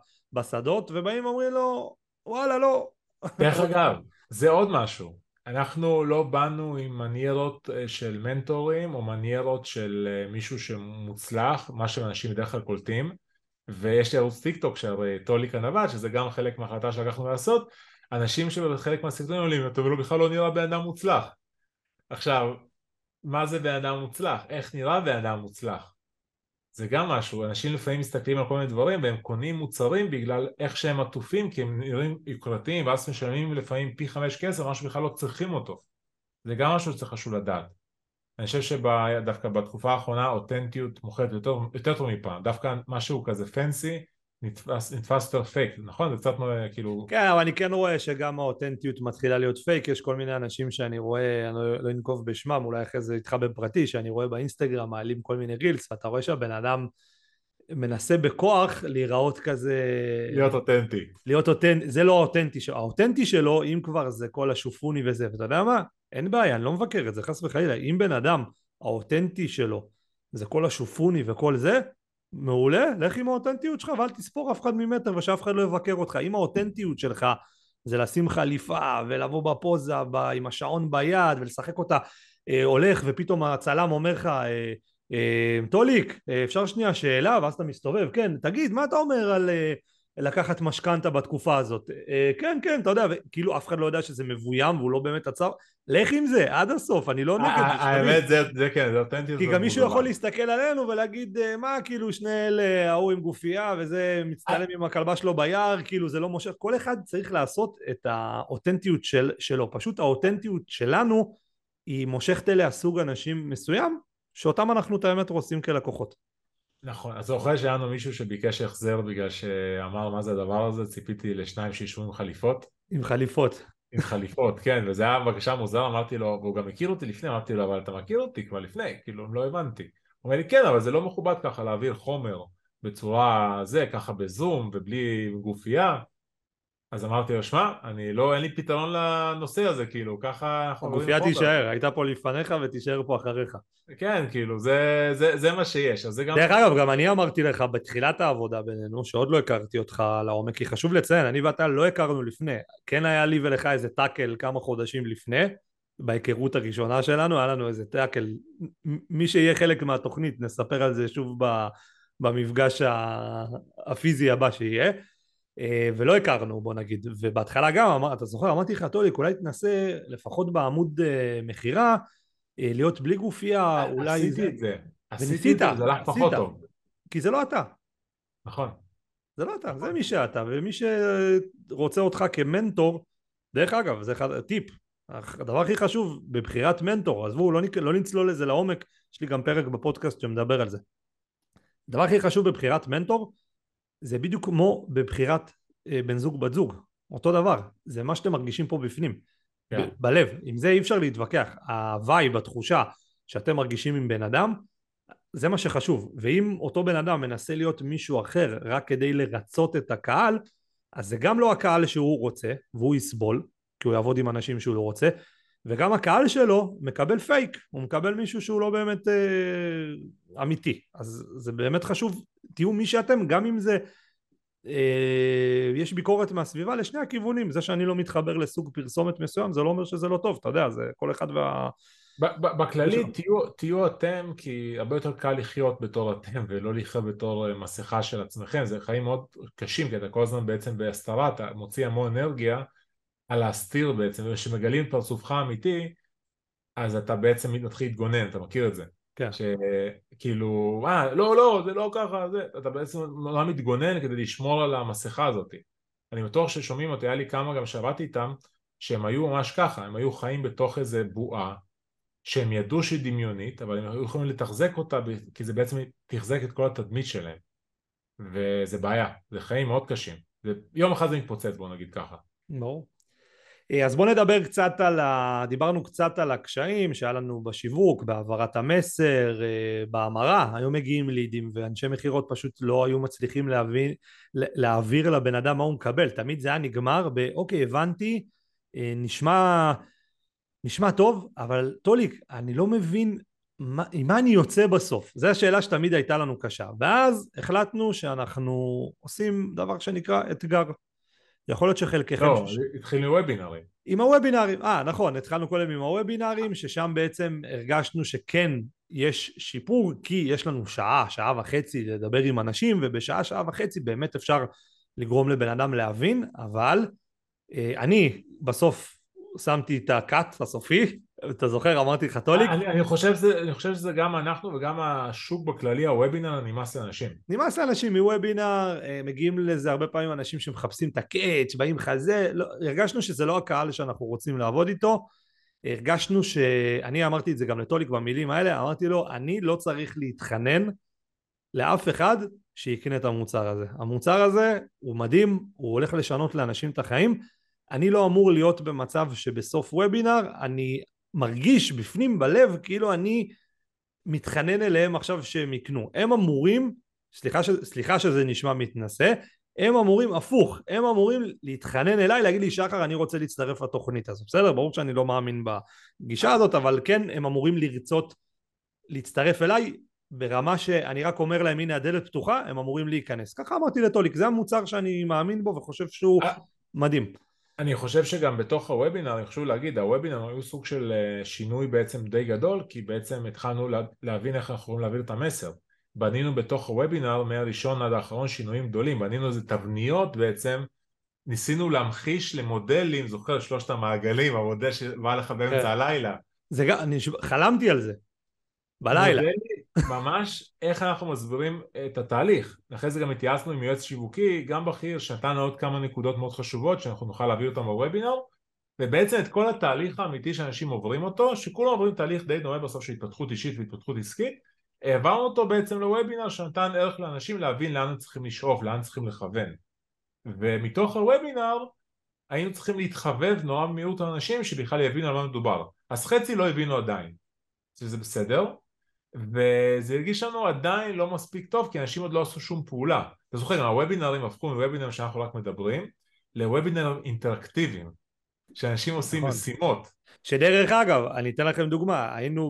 בשדות, ובאים אומרים לו, וואלה לא. דרך אגב, זה עוד משהו. אנחנו לא באנו עם מניירות של מנטורים או מניירות של מישהו שמוצלח, מה שאנשים בדרך כלל קולטים, ויש לי ערוץ טיק טוק שהרי טוליק הנווט, שזה גם חלק מההחלטה שלקחנו לעשות, אנשים שבחלק מהסרטונים עולים, אתה לא בכלל לא נראה בן אדם מוצלח. עכשיו, מה זה בן אדם מוצלח? איך נראה בן אדם מוצלח? זה גם משהו, אנשים לפעמים מסתכלים על כל מיני דברים והם קונים מוצרים בגלל איך שהם עטופים, כי הם נראים יוקרתיים ואז משלמים לפעמים פי חמש כסף, משהו בכלל לא צריכים אותו. זה גם משהו שצריך חשוב לדעת. אני חושב שדווקא בתקופה האחרונה אותנטיות מוכרת יותר, יותר טוב מפעם, דווקא משהו כזה פנסי נתפס, נתפס יותר פייק, נכון? זה קצת כאילו... כן, אבל אני כן רואה שגם האותנטיות מתחילה להיות פייק, יש כל מיני אנשים שאני רואה, אני לא, לא אנקוב בשמם, אולי אחרי זה איתך בפרטי, שאני רואה באינסטגרם מעלים כל מיני רילס, ואתה רואה שהבן אדם מנסה בכוח להיראות כזה... להיות אותנטי. להיות אותנטי, זה לא האותנטי שלו, האותנטי שלו, אם כבר זה כל השופוני וזה, ואתה יודע מה? אין בעיה, אני לא מבקר את זה, חס וחלילה, אם בן אדם, האותנטי שלו, זה כל השופוני וכל זה, מעולה, לך עם האותנטיות שלך ואל תספור אף אחד ממטר ושאף אחד לא יבקר אותך. אם האותנטיות שלך זה לשים חליפה ולבוא בפוזה ב, עם השעון ביד ולשחק אותה אה, הולך ופתאום הצלם אומר לך אה, אה, טוליק אה, אפשר שנייה שאלה, ואז אתה מסתובב, כן תגיד מה אתה אומר על אה, לקחת משכנתה בתקופה הזאת, אה, כן כן אתה יודע, כאילו אף אחד לא יודע שזה מבוים והוא לא באמת עצר, לך עם זה עד הסוף, אני לא נגד זה. האמת זה, זה כן, זה אותנטיות. כי גם מישהו יכול להסתכל עלינו ולהגיד מה כאילו שני אלה, ההוא עם גופייה וזה מצטלם עם הכלבה שלו ביער, כאילו זה לא מושך. כל אחד צריך לעשות את האותנטיות של, שלו, פשוט האותנטיות שלנו היא מושכת אליה סוג אנשים מסוים שאותם אנחנו את האמת רוצים כלקוחות. נכון, אז זוכר שהיה לנו מישהו שביקש החזר בגלל שאמר מה זה הדבר הזה, ציפיתי לשניים שישבו עם חליפות. עם חליפות. עם חליפות, כן, וזה היה בקשה מוזר, אמרתי לו, והוא גם מכיר אותי לפני, אמרתי לו, אבל אתה מכיר אותי כבר לפני, כאילו, לא הבנתי. הוא אומר לי, כן, אבל זה לא מכובד ככה להעביר חומר בצורה זה, ככה בזום ובלי גופייה. אז אמרתי לו, שמע, אני לא, אין לי פתרון לנושא הזה, כאילו, ככה אנחנו רואים הגופייה פרודקט. תישאר, הייתה פה לפניך ותישאר פה אחריך. כן, כאילו, זה, זה, זה מה שיש, אז זה גם... דרך אגב, גם אני אמרתי לך בתחילת העבודה בינינו, שעוד לא הכרתי אותך לעומק, כי חשוב לציין, אני ואתה לא הכרנו לפני. כן היה לי ולך איזה טאקל כמה חודשים לפני, בהיכרות הראשונה שלנו, היה לנו איזה טאקל, מי שיהיה חלק מהתוכנית, נספר על זה שוב במפגש הפיזי הבא שיהיה, ולא הכרנו, בוא נגיד. ובהתחלה גם, אמר, אתה זוכר, אמרתי לך, טוליק, אולי תנסה לפחות בעמוד מכירה, להיות בלי גופייה, אולי זה... עשיתי את זה, עשיתי את וניסית, זה וזה הלך עשית, פחות טוב. כי זה לא אתה, נכון. זה לא אתה, זה נכון. מי שאתה, ומי שרוצה אותך כמנטור, דרך אגב, זה אחד, טיפ, הדבר הכי חשוב בבחירת מנטור, עזבו, לא, לא נצלול לזה לעומק, יש לי גם פרק בפודקאסט שמדבר על זה. הדבר הכי חשוב בבחירת מנטור, זה בדיוק כמו בבחירת אה, בן זוג בת זוג, אותו דבר, זה מה שאתם מרגישים פה בפנים, ב- כן. בלב, עם זה אי אפשר להתווכח, הווייב, התחושה שאתם מרגישים עם בן אדם, זה מה שחשוב, ואם אותו בן אדם מנסה להיות מישהו אחר רק כדי לרצות את הקהל, אז זה גם לא הקהל שהוא רוצה, והוא יסבול, כי הוא יעבוד עם אנשים שהוא לא רוצה, וגם הקהל שלו מקבל פייק, הוא מקבל מישהו שהוא לא באמת אה, אמיתי, אז זה באמת חשוב, תהיו מי שאתם, גם אם זה, אה, יש ביקורת מהסביבה לשני הכיוונים, זה שאני לא מתחבר לסוג פרסומת מסוים, זה לא אומר שזה לא טוב, אתה יודע, זה כל אחד וה... ב- ב- בכללי תהיו, תהיו אתם, כי הרבה יותר קל לחיות בתור אתם ולא לחיות בתור מסכה של עצמכם. זה חיים מאוד קשים, כי אתה כל הזמן בעצם בהסתרה, אתה מוציא המון אנרגיה על להסתיר בעצם, וכשמגלים פרצופך האמיתי, אז אתה בעצם מתחיל להתגונן, אתה מכיר את זה? כן. שכאילו, אה, לא, לא, זה לא ככה, זה, אתה בעצם לא מתגונן כדי לשמור על המסכה הזאת. אני בטוח ששומעים אותי, היה לי כמה גם שעבדתי איתם, שהם היו ממש ככה, הם היו חיים בתוך איזה בועה, שהם ידעו שהיא דמיונית, אבל הם היו יכולים לתחזק אותה, כי זה בעצם תחזק את כל התדמית שלהם. וזה בעיה, זה חיים מאוד קשים. זה, יום אחד זה מתפוצץ, בוא נגיד ככה. ברור. אז בואו נדבר קצת על ה... דיברנו קצת על הקשיים שהיה לנו בשיווק, בהעברת המסר, בהמרה, היו מגיעים לידים ואנשי מחירות פשוט לא היו מצליחים להבין, להעביר לבן אדם מה הוא מקבל, תמיד זה היה נגמר באוקיי הבנתי, נשמע, נשמע טוב, אבל טוליק אני לא מבין מה, עם מה אני יוצא בסוף, זו השאלה שתמיד הייתה לנו קשה, ואז החלטנו שאנחנו עושים דבר שנקרא אתגר, יכול להיות שחלקכם... לא, ש... התחיל מוובינרים. עם הוובינרים, אה נכון, התחלנו קודם עם הוובינרים, ששם בעצם הרגשנו שכן יש שיפור, כי יש לנו שעה, שעה וחצי לדבר עם אנשים, ובשעה, שעה וחצי באמת אפשר לגרום לבן אדם להבין, אבל אה, אני בסוף שמתי את הקאט הסופי, אתה זוכר, אמרתי לך טוליק? אני, אני, חושב שזה, אני חושב שזה גם אנחנו וגם השוק בכללי, הוובינר נמאס לאנשים. נמאס לאנשים מוובינר, מגיעים לזה הרבה פעמים אנשים שמחפשים את הקאץ', באים לך זה, לא, הרגשנו שזה לא הקהל שאנחנו רוצים לעבוד איתו, הרגשנו שאני אמרתי את זה גם לטוליק במילים האלה, אמרתי לו אני לא צריך להתחנן לאף אחד שיקנה את המוצר הזה, המוצר הזה הוא מדהים, הוא הולך לשנות לאנשים את החיים, אני לא אמור להיות במצב שבסוף וובינר אני מרגיש בפנים בלב כאילו אני מתחנן אליהם עכשיו שהם יקנו, הם אמורים, סליחה, ש... סליחה שזה נשמע מתנשא, הם אמורים הפוך, הם אמורים להתחנן אליי, להגיד לי שחר אני רוצה להצטרף לתוכנית הזו, בסדר? ברור שאני לא מאמין בגישה הזאת, אבל כן הם אמורים לרצות להצטרף אליי, ברמה שאני רק אומר להם הנה הדלת פתוחה, הם אמורים להיכנס, ככה אמרתי לטוליק, זה המוצר שאני מאמין בו וחושב שהוא מדהים. אני חושב שגם בתוך הוובינר, אני חושב להגיד, הוובינר היו סוג של שינוי בעצם די גדול, כי בעצם התחלנו להבין איך אנחנו יכולים להעביר את המסר. בנינו בתוך הוובינר מהראשון עד האחרון שינויים גדולים, בנינו איזה תבניות בעצם, ניסינו להמחיש למודלים, זוכר שלושת המעגלים, המודל שבא לך באמצע הלילה. זה גם, אני חלמתי על זה, בלילה. מודלים, ממש איך אנחנו מסבירים את התהליך. אחרי זה גם התייעצנו עם יועץ שיווקי, גם בכיר, שנתן עוד כמה נקודות מאוד חשובות, שאנחנו נוכל להביא אותם בוובינר, ובעצם את כל התהליך האמיתי שאנשים עוברים אותו, שכולם עוברים תהליך די דומה בסוף של התפתחות אישית והתפתחות עסקית, העברנו אותו בעצם לוובינר שנתן ערך לאנשים להבין לאן הם צריכים לשאוף, לאן צריכים לכוון. ומתוך הוובינר היינו צריכים להתחבב נורא מיעוט האנשים שבכלל יבינו על מה מדובר. אז חצי לא הבינו עדיין, שזה בסדר, וזה הרגיש לנו עדיין לא מספיק טוב, כי אנשים עוד לא עשו שום פעולה. אתה זוכר, הוובינרים הפכו מוובינרים שאנחנו רק מדברים, לוובינר אינטראקטיביים, שאנשים עושים נכון. משימות. שדרך אגב, אני אתן לכם דוגמה, היינו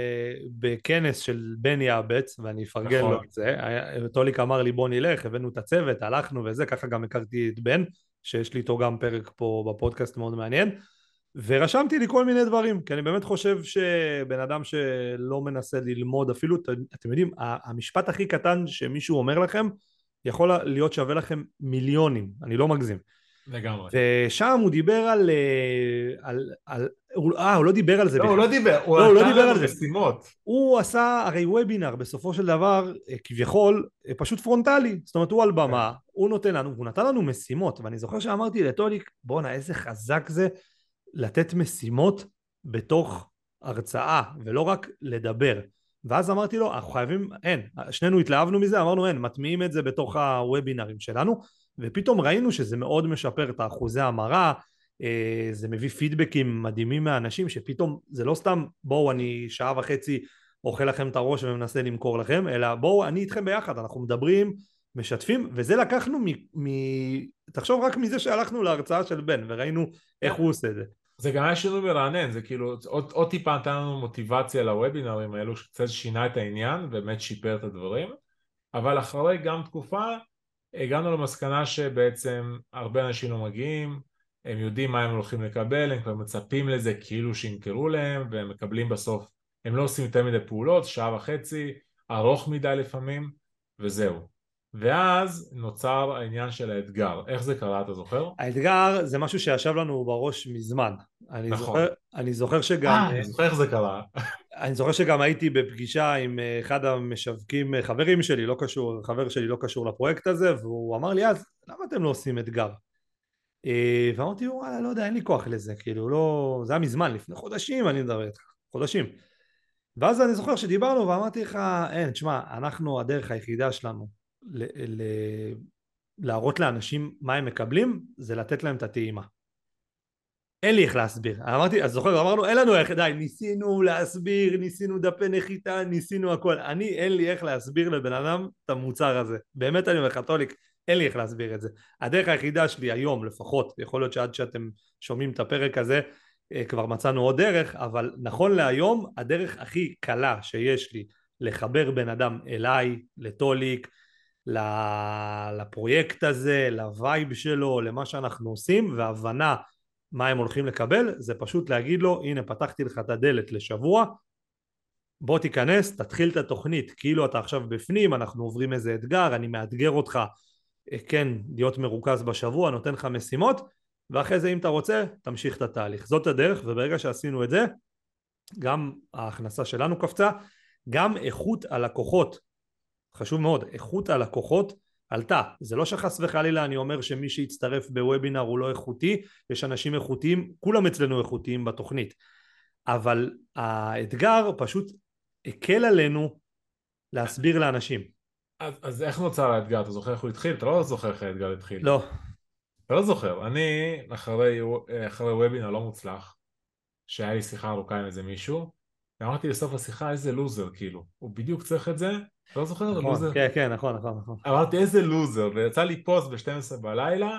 בכנס של בן יעבץ, ואני אפרגן לו נכון. על זה, טוליק אמר לי בוא נלך, הבאנו את הצוות, הלכנו וזה, ככה גם הכרתי את בן, שיש לי איתו גם פרק פה בפודקאסט מאוד מעניין, ורשמתי לי כל מיני דברים, כי אני באמת חושב שבן אדם שלא מנסה ללמוד, אפילו, אתם יודעים, המשפט הכי קטן שמישהו אומר לכם, יכול להיות שווה לכם מיליונים, אני לא מגזים. לגמרי. ושם הוא דיבר על, על, על, אה, הוא לא דיבר על זה לא, בכלל. הוא לא דיבר, הוא לא, הוא לא נתן דיבר לנו על זה. משימות. הוא עשה הרי וובינר בסופו של דבר, כביכול, פשוט פרונטלי. זאת אומרת, הוא על במה, הוא נותן לנו, הוא נתן לנו משימות, ואני זוכר שאמרתי לטוליק, בואנה, איזה חזק זה לתת משימות בתוך הרצאה, ולא רק לדבר. ואז אמרתי לו, אנחנו חייבים, אין, שנינו התלהבנו מזה, אמרנו, אין, מטמיעים את זה בתוך הוובינרים שלנו, ופתאום ראינו שזה מאוד משפר את האחוזי המרה, זה מביא פידבקים מדהימים מהאנשים, שפתאום זה לא סתם בואו אני שעה וחצי אוכל לכם את הראש ומנסה למכור לכם, אלא בואו אני איתכם ביחד, אנחנו מדברים, משתפים, וזה לקחנו מ... מ... תחשוב רק מזה שהלכנו להרצאה של בן וראינו איך הוא עושה את זה. זה גם היה שינוי מרענן, זה כאילו עוד, עוד טיפה נתן לנו מוטיבציה לוובינרים האלו, שקצת שינה את העניין, באמת שיפר את הדברים, אבל אחרי גם תקופה הגענו למסקנה שבעצם הרבה אנשים לא מגיעים, הם יודעים מה הם הולכים לקבל, הם כבר מצפים לזה כאילו שימכרו להם, והם מקבלים בסוף, הם לא עושים יותר מדי פעולות, שעה וחצי, ארוך מדי לפעמים, וזהו. ואז נוצר העניין של האתגר. איך זה קרה, אתה זוכר? האתגר זה משהו שישב לנו בראש מזמן. אני נכון. זוכר, אני זוכר שגם... אה, אני זוכר איך זה קרה. אני זוכר שגם הייתי בפגישה עם אחד המשווקים, חברים שלי, לא קשור, חבר שלי לא קשור לפרויקט הזה, והוא אמר לי אז, למה אתם לא עושים אתגר? ואמרתי, וואלה, לא יודע, אין לי כוח לזה, כאילו, לא... זה היה מזמן, לפני חודשים אני מדבר איתך, חודשים. ואז אני זוכר שדיברנו ואמרתי לך, אין, תשמע, אנחנו, הדרך היחידה שלנו ל- ל- להראות לאנשים מה הם מקבלים, זה לתת להם את הטעימה. אין לי איך להסביר. אמרתי, אז זוכר, אמרנו, אין לנו איך, די, ניסינו להסביר, ניסינו דפי נחיתה, ניסינו הכל. אני, אין לי איך להסביר לבן אדם את המוצר הזה. באמת אני אומר לך, טוליק, אין לי איך להסביר את זה. הדרך היחידה שלי היום, לפחות, יכול להיות שעד שאתם שומעים את הפרק הזה, כבר מצאנו עוד דרך, אבל נכון להיום, הדרך הכי קלה שיש לי לחבר בן אדם אליי, לטוליק, לפרויקט הזה, לווייב שלו, למה שאנחנו עושים, והבנה מה הם הולכים לקבל, זה פשוט להגיד לו, הנה פתחתי לך את הדלת לשבוע, בוא תיכנס, תתחיל את התוכנית, כאילו אתה עכשיו בפנים, אנחנו עוברים איזה אתגר, אני מאתגר אותך, כן, להיות מרוכז בשבוע, נותן לך משימות, ואחרי זה אם אתה רוצה, תמשיך את התהליך. זאת הדרך, וברגע שעשינו את זה, גם ההכנסה שלנו קפצה, גם איכות הלקוחות, חשוב מאוד, איכות הלקוחות עלתה. זה לא שחס וחלילה אני אומר שמי שיצטרף בוובינר הוא לא איכותי, יש אנשים איכותיים, כולם אצלנו איכותיים בתוכנית, אבל האתגר פשוט הקל עלינו להסביר לאנשים. אז, אז איך נוצר האתגר? אתה זוכר איך הוא התחיל? אתה לא זוכר איך האתגר התחיל. לא. אתה לא זוכר. אני, אחרי, אחרי וובינר לא מוצלח, שהיה לי שיחה ארוכה עם איזה מישהו, ואמרתי לסוף השיחה איזה לוזר, כאילו. הוא בדיוק צריך את זה. אתה לא זוכר? נכון, לוזר? כן, כן, נכון, נכון, נכון. אמרתי איזה לוזר, ויצא לי פוסט ב-שתים עשרה בלילה,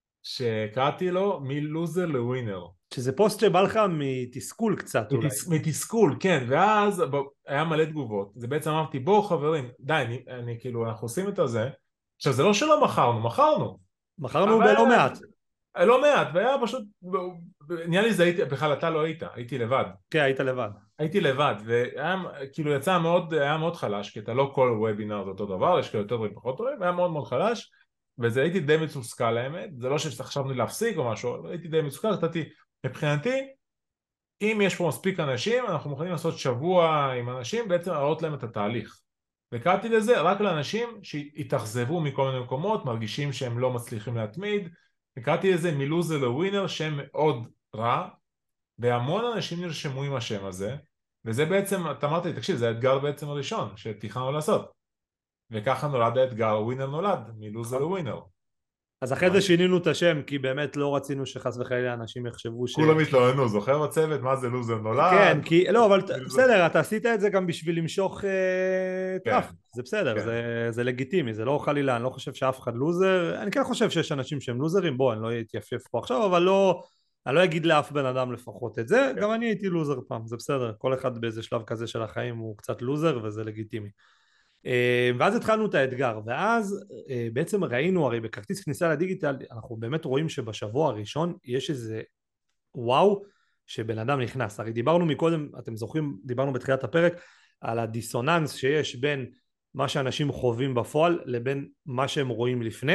שקראתי לו מלוזר לווינר. שזה פוסט שבא לך מתסכול קצת אולי. מתס... מתסכול, כן, ואז היה מלא תגובות. זה בעצם אמרתי, בואו חברים, די, אני, אני כאילו, אנחנו עושים את זה. עכשיו, זה לא שלא מכרנו, מכרנו. מכרנו אבל... בלא מעט. לא מעט, והיה פשוט, נראה לי זה הייתי, בכלל אתה לא היית, הייתי לבד. כן, היית לבד. הייתי לבד, וכאילו יצא מאוד, היה מאוד חלש, כי אתה לא כל וובינר זה אותו דבר, יש כאלה יותר דברים פחות טובים, היה מאוד מאוד חלש, וזה הייתי די מצוסקל האמת, זה לא שחשבנו להפסיק או משהו, הייתי די מצוסקל, חשבתי, מבחינתי, אם יש פה מספיק אנשים, אנחנו מוכנים לעשות שבוע עם אנשים, בעצם להראות להם את התהליך. וקראתי לזה רק לאנשים שהתאכזבו מכל מיני מקומות, מרגישים שהם לא מצליחים להתמיד, וקראתי לזה מלוזר לווינר, שם מאוד רע, והמון אנשים נרשמו עם השם הזה, וזה בעצם, אתה אמרת לי, תקשיב, זה האתגר בעצם הראשון שתכננו לעשות. וככה נולד האתגר, ווינר נולד, מלוזר לווינר. אז אחרי זה ממש. שינינו את השם, כי באמת לא רצינו שחס וחלילה אנשים יחשבו ש... כולם התלוננו, זוכר בצוות? מה זה לוזר כן, נולד? כי, לא, אבל מי זה? בסדר, אתה עשית את זה גם בשביל למשוך אה, כן, טראפיק, זה בסדר, כן, זה, זה לגיטימי, זה לא חלילה, אני לא חושב שאף אחד לוזר, אני כן חושב שיש אנשים שהם לוזרים, בוא, אני לא אתייפייף פה עכשיו, אבל לא, אני לא אגיד לאף בן אדם לפחות את זה, כן. גם אני הייתי לוזר פעם, זה בסדר, כל אחד באיזה שלב כזה של החיים הוא קצת לוזר וזה לגיטימי. אה, ואז התחלנו את האתגר, ואז אה, בעצם ראינו, הרי בכרטיס כניסה לדיגיטל, אנחנו באמת רואים שבשבוע הראשון יש איזה וואו שבן אדם נכנס. הרי דיברנו מקודם, אתם זוכרים, דיברנו בתחילת הפרק על הדיסוננס שיש בין מה שאנשים חווים בפועל לבין מה שהם רואים לפני.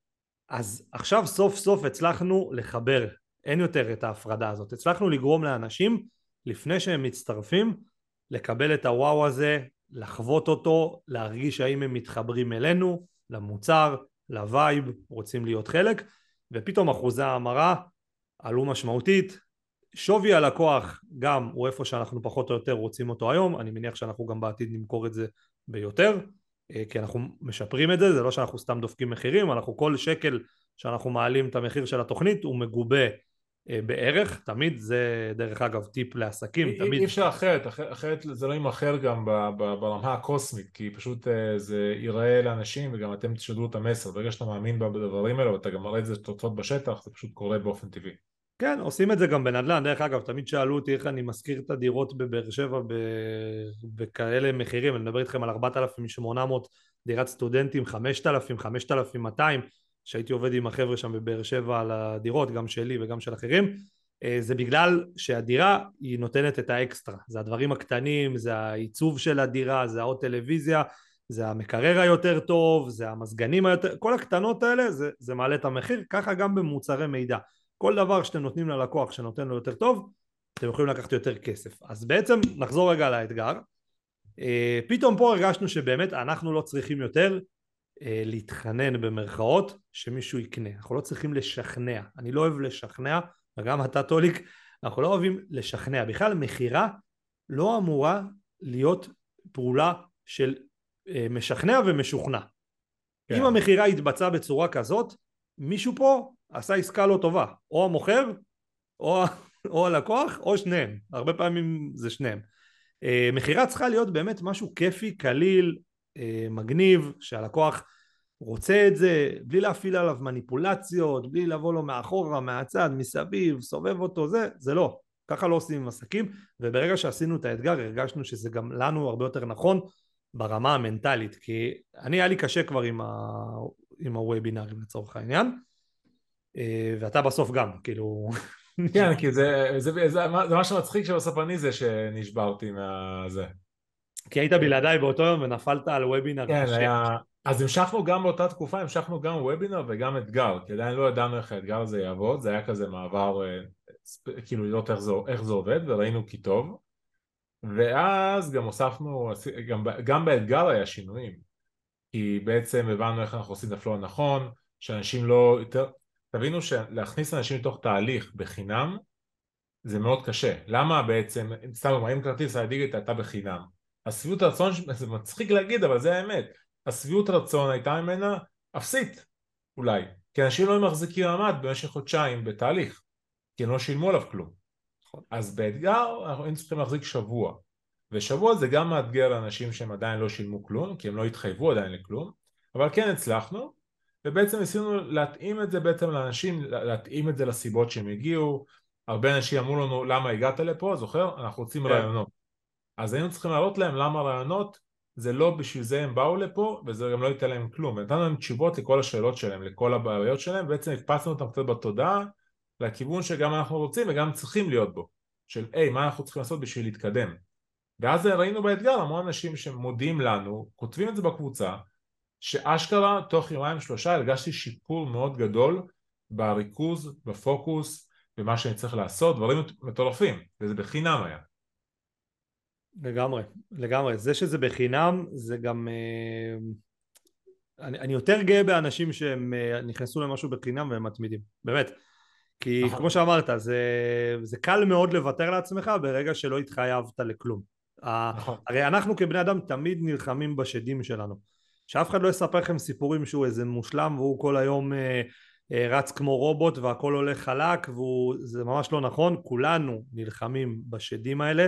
אז עכשיו סוף סוף הצלחנו לחבר, אין יותר את ההפרדה הזאת, הצלחנו לגרום לאנשים לפני שהם מצטרפים לקבל את הוואו הזה, לחוות אותו, להרגיש האם הם מתחברים אלינו, למוצר, לווייב, רוצים להיות חלק, ופתאום אחוזי ההמרה עלו משמעותית. שווי הלקוח גם הוא איפה שאנחנו פחות או יותר רוצים אותו היום, אני מניח שאנחנו גם בעתיד נמכור את זה ביותר, כי אנחנו משפרים את זה, זה לא שאנחנו סתם דופקים מחירים, אנחנו כל שקל שאנחנו מעלים את המחיר של התוכנית הוא מגובה בערך, תמיד זה דרך אגב טיפ לעסקים, אי, תמיד. אי אפשר אחרת, אחרת, אחרת זה לא יימכר גם ב, ב, ברמה הקוסמית, כי פשוט אה, זה ייראה לאנשים וגם אתם תשדרו את המסר, ברגע שאתה מאמין בדברים האלה ואתה גם מראה את זה תוצאות בשטח, זה פשוט קורה באופן טבעי. כן, עושים את זה גם בנדל"ן, דרך אגב, תמיד שאלו אותי איך אני מזכיר את הדירות בבאר שבע ב... בכאלה מחירים, אני מדבר איתכם על ארבעת אלפים ושמונה מאות דירת סטודנטים, חמשת אלפים, חמשת אלפים ומאתיים, שהייתי עובד עם החבר'ה שם בבאר שבע על הדירות, גם שלי וגם של אחרים, זה בגלל שהדירה היא נותנת את האקסטרה, זה הדברים הקטנים, זה העיצוב של הדירה, זה העוד טלוויזיה, זה המקרר היותר טוב, זה המזגנים היותר, כל הקטנות האלה זה, זה מעלה את המחיר, ככה גם במוצרי מידע. כל דבר שאתם נותנים ללקוח שנותן לו יותר טוב, אתם יכולים לקחת יותר כסף. אז בעצם נחזור רגע לאתגר. פתאום פה הרגשנו שבאמת אנחנו לא צריכים יותר להתחנן במרכאות שמישהו יקנה. אנחנו לא צריכים לשכנע. אני לא אוהב לשכנע, וגם אתה טוליק, אנחנו לא אוהבים לשכנע. בכלל מחירה לא אמורה להיות פעולה של משכנע ומשוכנע. כן. אם המחירה התבצעה בצורה כזאת, מישהו פה עשה עסקה לא טובה, או המוכר, או, או הלקוח, או שניהם, הרבה פעמים זה שניהם. מחירה צריכה להיות באמת משהו כיפי, קליל, מגניב, שהלקוח רוצה את זה, בלי להפעיל עליו מניפולציות, בלי לבוא לו מאחורה, מהצד, מסביב, סובב אותו, זה, זה לא. ככה לא עושים עם עסקים, וברגע שעשינו את האתגר, הרגשנו שזה גם לנו הרבה יותר נכון, ברמה המנטלית, כי אני היה לי קשה כבר עם, ה... עם הוובינרים לצורך העניין, ואתה בסוף גם, כאילו... כן, כי זה, זה, זה, זה, זה מה שמצחיק שבסוף אני זה שנשברתי מהזה. כי היית בלעדיי באותו יום ונפלת על וובינר כן, קשה. היה... אז המשכנו גם באותה תקופה, המשכנו גם וובינר וגם אתגר, כי עדיין לא ידענו איך האתגר הזה יעבוד, זה היה כזה מעבר, כאילו לראות איך זה, איך זה עובד, וראינו כי טוב, ואז גם הוספנו, גם, גם באתגר היה שינויים, כי בעצם הבנו איך אנחנו עושים את הפלואו הנכון, שאנשים לא יותר... תבינו שלהכניס אנשים לתוך תהליך בחינם זה מאוד קשה. למה בעצם, סתם אומרים כרטיס הדיגיטל הייתה בחינם, השביעות הרצון, זה מצחיק להגיד אבל זה האמת, השביעות הרצון הייתה ממנה אפסית אולי, כי אנשים לא מחזיקים מעמד במשך חודשיים בתהליך, כי הם לא שילמו עליו כלום. אז באתגר אנחנו היינו צריכים להחזיק שבוע, ושבוע זה גם מאתגר לאנשים שהם עדיין לא שילמו כלום, כי הם לא התחייבו עדיין לכלום, אבל כן הצלחנו, ובעצם ניסינו להתאים את זה בעצם לאנשים, להתאים את זה לסיבות שהם הגיעו. הרבה אנשים אמרו לנו למה הגעת לפה, זוכר? אנחנו רוצים רעיונות. אז היינו צריכים להראות להם למה רעיונות זה לא בשביל זה הם באו לפה, וזה גם לא ייתן להם כלום. נתנו להם תשובות לכל השאלות שלהם, לכל הבעיות שלהם, ובעצם הקפצנו אותם קצת בתודעה לכיוון שגם אנחנו רוצים וגם צריכים להיות בו, של היי, מה אנחנו צריכים לעשות בשביל להתקדם. ואז ראינו באתגר המון אנשים שמודיעים לנו, כותבים את זה בקבוצה, שאשכרה תוך יומיים שלושה הרגשתי שיפור מאוד גדול בריכוז, בפוקוס, במה שאני צריך לעשות, דברים מטורפים, וזה בחינם היה. לגמרי, לגמרי. זה שזה בחינם, זה גם... אני, אני יותר גאה באנשים שהם נכנסו למשהו בחינם והם מתמידים, באמת. כי נכון. כמו שאמרת, זה, זה קל מאוד לוותר לעצמך ברגע שלא התחייבת לכלום. נכון. הרי אנחנו כבני אדם תמיד נלחמים בשדים שלנו. שאף אחד לא יספר לכם סיפורים שהוא איזה מושלם והוא כל היום רץ כמו רובוט והכל הולך חלק, וזה ממש לא נכון. כולנו נלחמים בשדים האלה,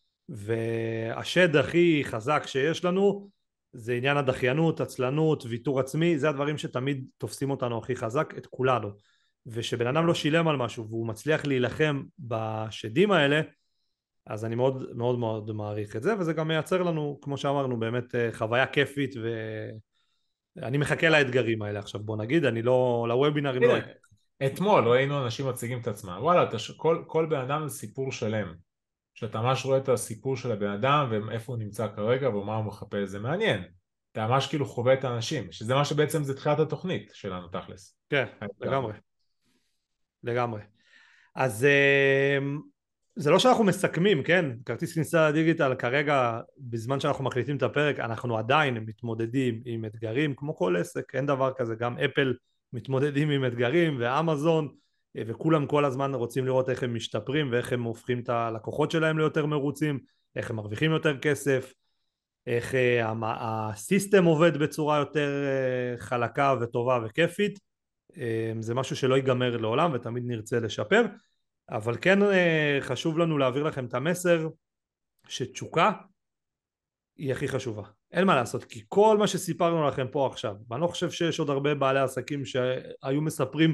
והשד הכי חזק שיש לנו זה עניין הדחיינות, עצלנות, ויתור עצמי, זה הדברים שתמיד תופסים אותנו הכי חזק, את כולנו. ושבן אדם לא שילם על משהו והוא מצליח להילחם בשדים האלה, אז אני מאוד מאוד מאוד מעריך את זה, וזה גם מייצר לנו, כמו שאמרנו, באמת חוויה כיפית, ואני מחכה לאתגרים האלה עכשיו. בוא נגיד, אני לא, לוובינרים לא... אתמול ראינו אנשים מציגים את עצמם, וואלה, כל, כל בן אדם זה סיפור שלם, שאתה ממש רואה את הסיפור של הבן אדם ואיפה הוא נמצא כרגע ומה הוא מחפש, זה מעניין, אתה ממש כאילו חווה את האנשים, שזה מה שבעצם זה תחילת התוכנית שלנו תכלס. כן, לגמרי, לגמרי. אז זה לא שאנחנו מסכמים, כן? כרטיס כניסה לדיגיטל כרגע, בזמן שאנחנו מקליטים את הפרק, אנחנו עדיין מתמודדים עם אתגרים, כמו כל עסק, אין דבר כזה, גם אפל מתמודדים עם אתגרים, ואמזון, וכולם כל הזמן רוצים לראות איך הם משתפרים, ואיך הם הופכים את הלקוחות שלהם ליותר מרוצים, איך הם מרוויחים יותר כסף, איך הסיסטם עובד בצורה יותר חלקה וטובה וכיפית. זה משהו שלא ייגמר לעולם, ותמיד נרצה לשפר, אבל כן חשוב לנו להעביר לכם את המסר שתשוקה היא הכי חשובה. אין מה לעשות, כי כל מה שסיפרנו לכם פה עכשיו, ואני לא חושב שיש עוד הרבה בעלי עסקים שהיו מספרים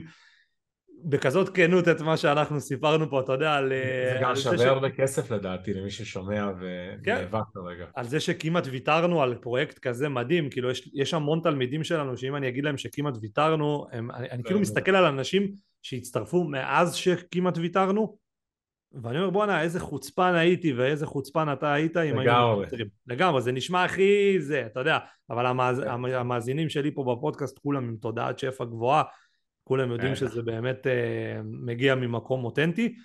בכזאת כנות את מה שאנחנו סיפרנו פה, אתה יודע, על... זה גם שווה הרבה כסף לדעתי למי ששומע ונאבק כרגע. על זה שכמעט ויתרנו על פרויקט כזה מדהים, כאילו יש, יש המון תלמידים שלנו שאם אני אגיד להם שכמעט ויתרנו, הם, אני, אני כאילו מסתכל על אנשים שהצטרפו מאז שכמעט ויתרנו, ואני אומר בואנה איזה חוצפן הייתי ואיזה חוצפן אתה היית אם היינו ויתרים. לגמרי, זה נשמע הכי זה, אתה יודע, אבל המאז, המאזינים שלי פה בפודקאסט כולם עם תודעת שפע גבוהה, כולם יודעים שזה באמת uh, מגיע ממקום אותנטי,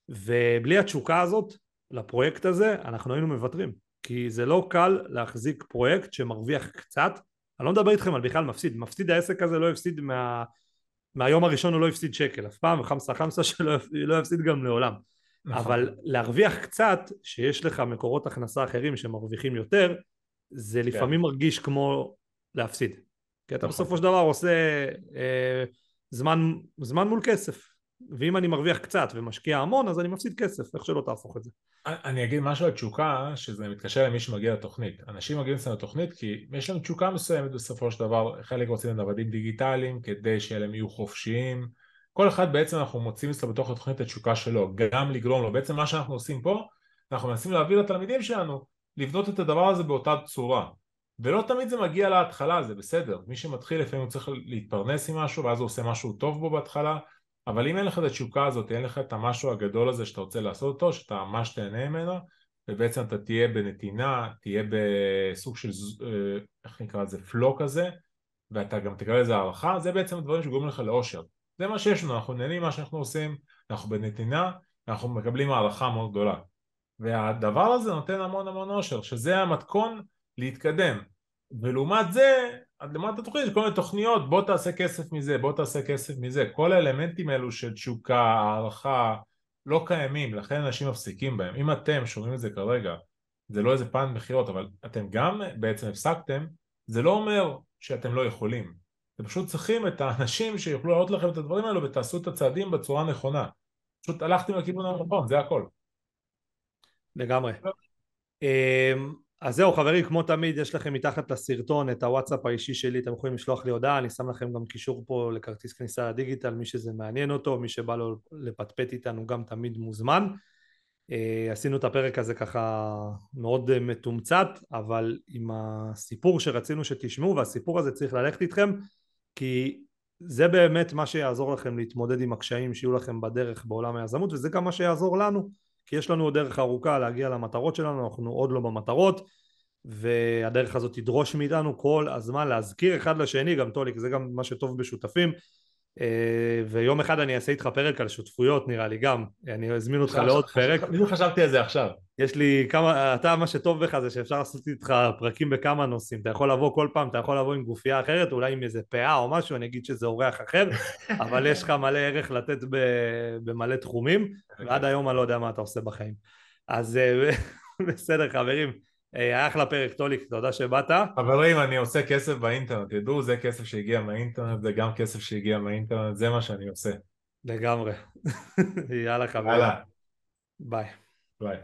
ובלי התשוקה הזאת לפרויקט הזה אנחנו היינו מוותרים, כי זה לא קל להחזיק פרויקט שמרוויח קצת. אני לא מדבר איתכם על בכלל מפסיד, מפסיד העסק הזה לא יפסיד מה... מהיום הראשון הוא לא יפסיד שקל אף פעם, וחמסה חמסה שלא לא יפסיד גם לעולם, אבל להרוויח קצת שיש לך מקורות הכנסה אחרים שמרוויחים יותר, זה לפעמים מרגיש כמו להפסיד, כי אתה בסופו של דבר עושה אה, זמן, זמן מול כסף, ואם אני מרוויח קצת ומשקיע המון אז אני מפסיד כסף, איך שלא תהפוך את זה. אני אגיד משהו על תשוקה, שזה מתקשר למי שמגיע לתוכנית. אנשים מגיעים אצלנו לתוכנית כי יש להם תשוקה מסוימת בסופו של דבר, חלק רוצים לעבדים דיגיטליים כדי שהם יהיו חופשיים, כל אחד בעצם אנחנו מוצאים אצלו בתוך התוכנית את התשוקה שלו, גם לגרום לו. בעצם מה שאנחנו עושים פה, אנחנו מנסים להביא לתלמידים שלנו לבנות את הדבר הזה באותה צורה, ולא תמיד זה מגיע להתחלה, זה בסדר, מי שמתחיל לפעמים הוא צריך להתפרנס עם משהו ואז הוא עושה משהו טוב בו בהתחלה, אבל אם אין לך את התשוקה הזאת, אין לך את המשהו הגדול הזה שאתה רוצה לעשות אותו, שאתה ממש תהנה ממנו, ובעצם אתה תהיה בנתינה, תהיה בסוג של, איך נקרא לזה, פלו כזה, ואתה גם תקרא לזה הערכה, זה בעצם הדברים שגורמים לך לאושר. זה מה שיש לנו, אנחנו נהנים מה שאנחנו עושים, אנחנו בנתינה, אנחנו מקבלים הערכה מאוד גדולה. והדבר הזה נותן המון המון אושר, שזה המתכון להתקדם. ולעומת זה, לעומת התוכנית, יש כל מיני תוכניות, בוא תעשה כסף מזה, בוא תעשה כסף מזה, כל האלמנטים האלו של תשוקה, הערכה, לא קיימים, לכן אנשים מפסיקים בהם. אם אתם שומעים את זה כרגע, זה לא איזה פן מחירות, אבל אתם גם בעצם הפסקתם, זה לא אומר שאתם לא יכולים. אתם פשוט צריכים את האנשים שיוכלו להראות לכם את הדברים האלו, ותעשו את הצעדים בצורה נכונה. פשוט הלכתם לכיוון הנכון, זה הכל. לגמרי. אז זהו חברים, כמו תמיד יש לכם מתחת לסרטון את הוואטסאפ האישי שלי, אתם יכולים לשלוח לי הודעה, אני שם לכם גם קישור פה לכרטיס כניסה לדיגיטל, מי שזה מעניין אותו, מי שבא לו לפטפט איתנו גם תמיד מוזמן. עשינו את הפרק הזה ככה מאוד מתומצת, אבל עם הסיפור שרצינו שתשמעו, והסיפור הזה צריך ללכת איתכם, כי זה באמת מה שיעזור לכם להתמודד עם הקשיים שיהיו לכם בדרך בעולם היזמות, וזה גם מה שיעזור לנו, כי יש לנו עוד דרך ארוכה להגיע למטרות שלנו, אנחנו עוד לא במטרות, והדרך הזאת תדרוש מאיתנו כל הזמן להזכיר אחד לשני, גם טוליק, זה גם מה שטוב בשותפים, ויום אחד אני אעשה איתך פרק על שותפויות נראה לי גם, אני אזמין אותך לעוד פרק. אני חשבתי על זה עכשיו. יש לי כמה, אתה מה שטוב בך זה שאפשר לעשות איתך פרקים בכמה נושאים, אתה יכול לבוא כל פעם, אתה יכול לבוא עם גופייה אחרת, אולי עם איזה פאה או משהו, אני אגיד שזה אורח אחר, אבל יש לך מלא ערך לתת במלא תחומים, ועד היום אני לא יודע מה אתה עושה בחיים. אז בסדר חברים, היה אחלה פרק, טוליק, תודה שבאת. חברים, אני עושה כסף באינטרנט, תדעו, זה כסף שהגיע מהאינטרנט, זה גם כסף שהגיע מהאינטרנט, זה מה שאני עושה. לגמרי. יאללה חברים. יאללה. ביי.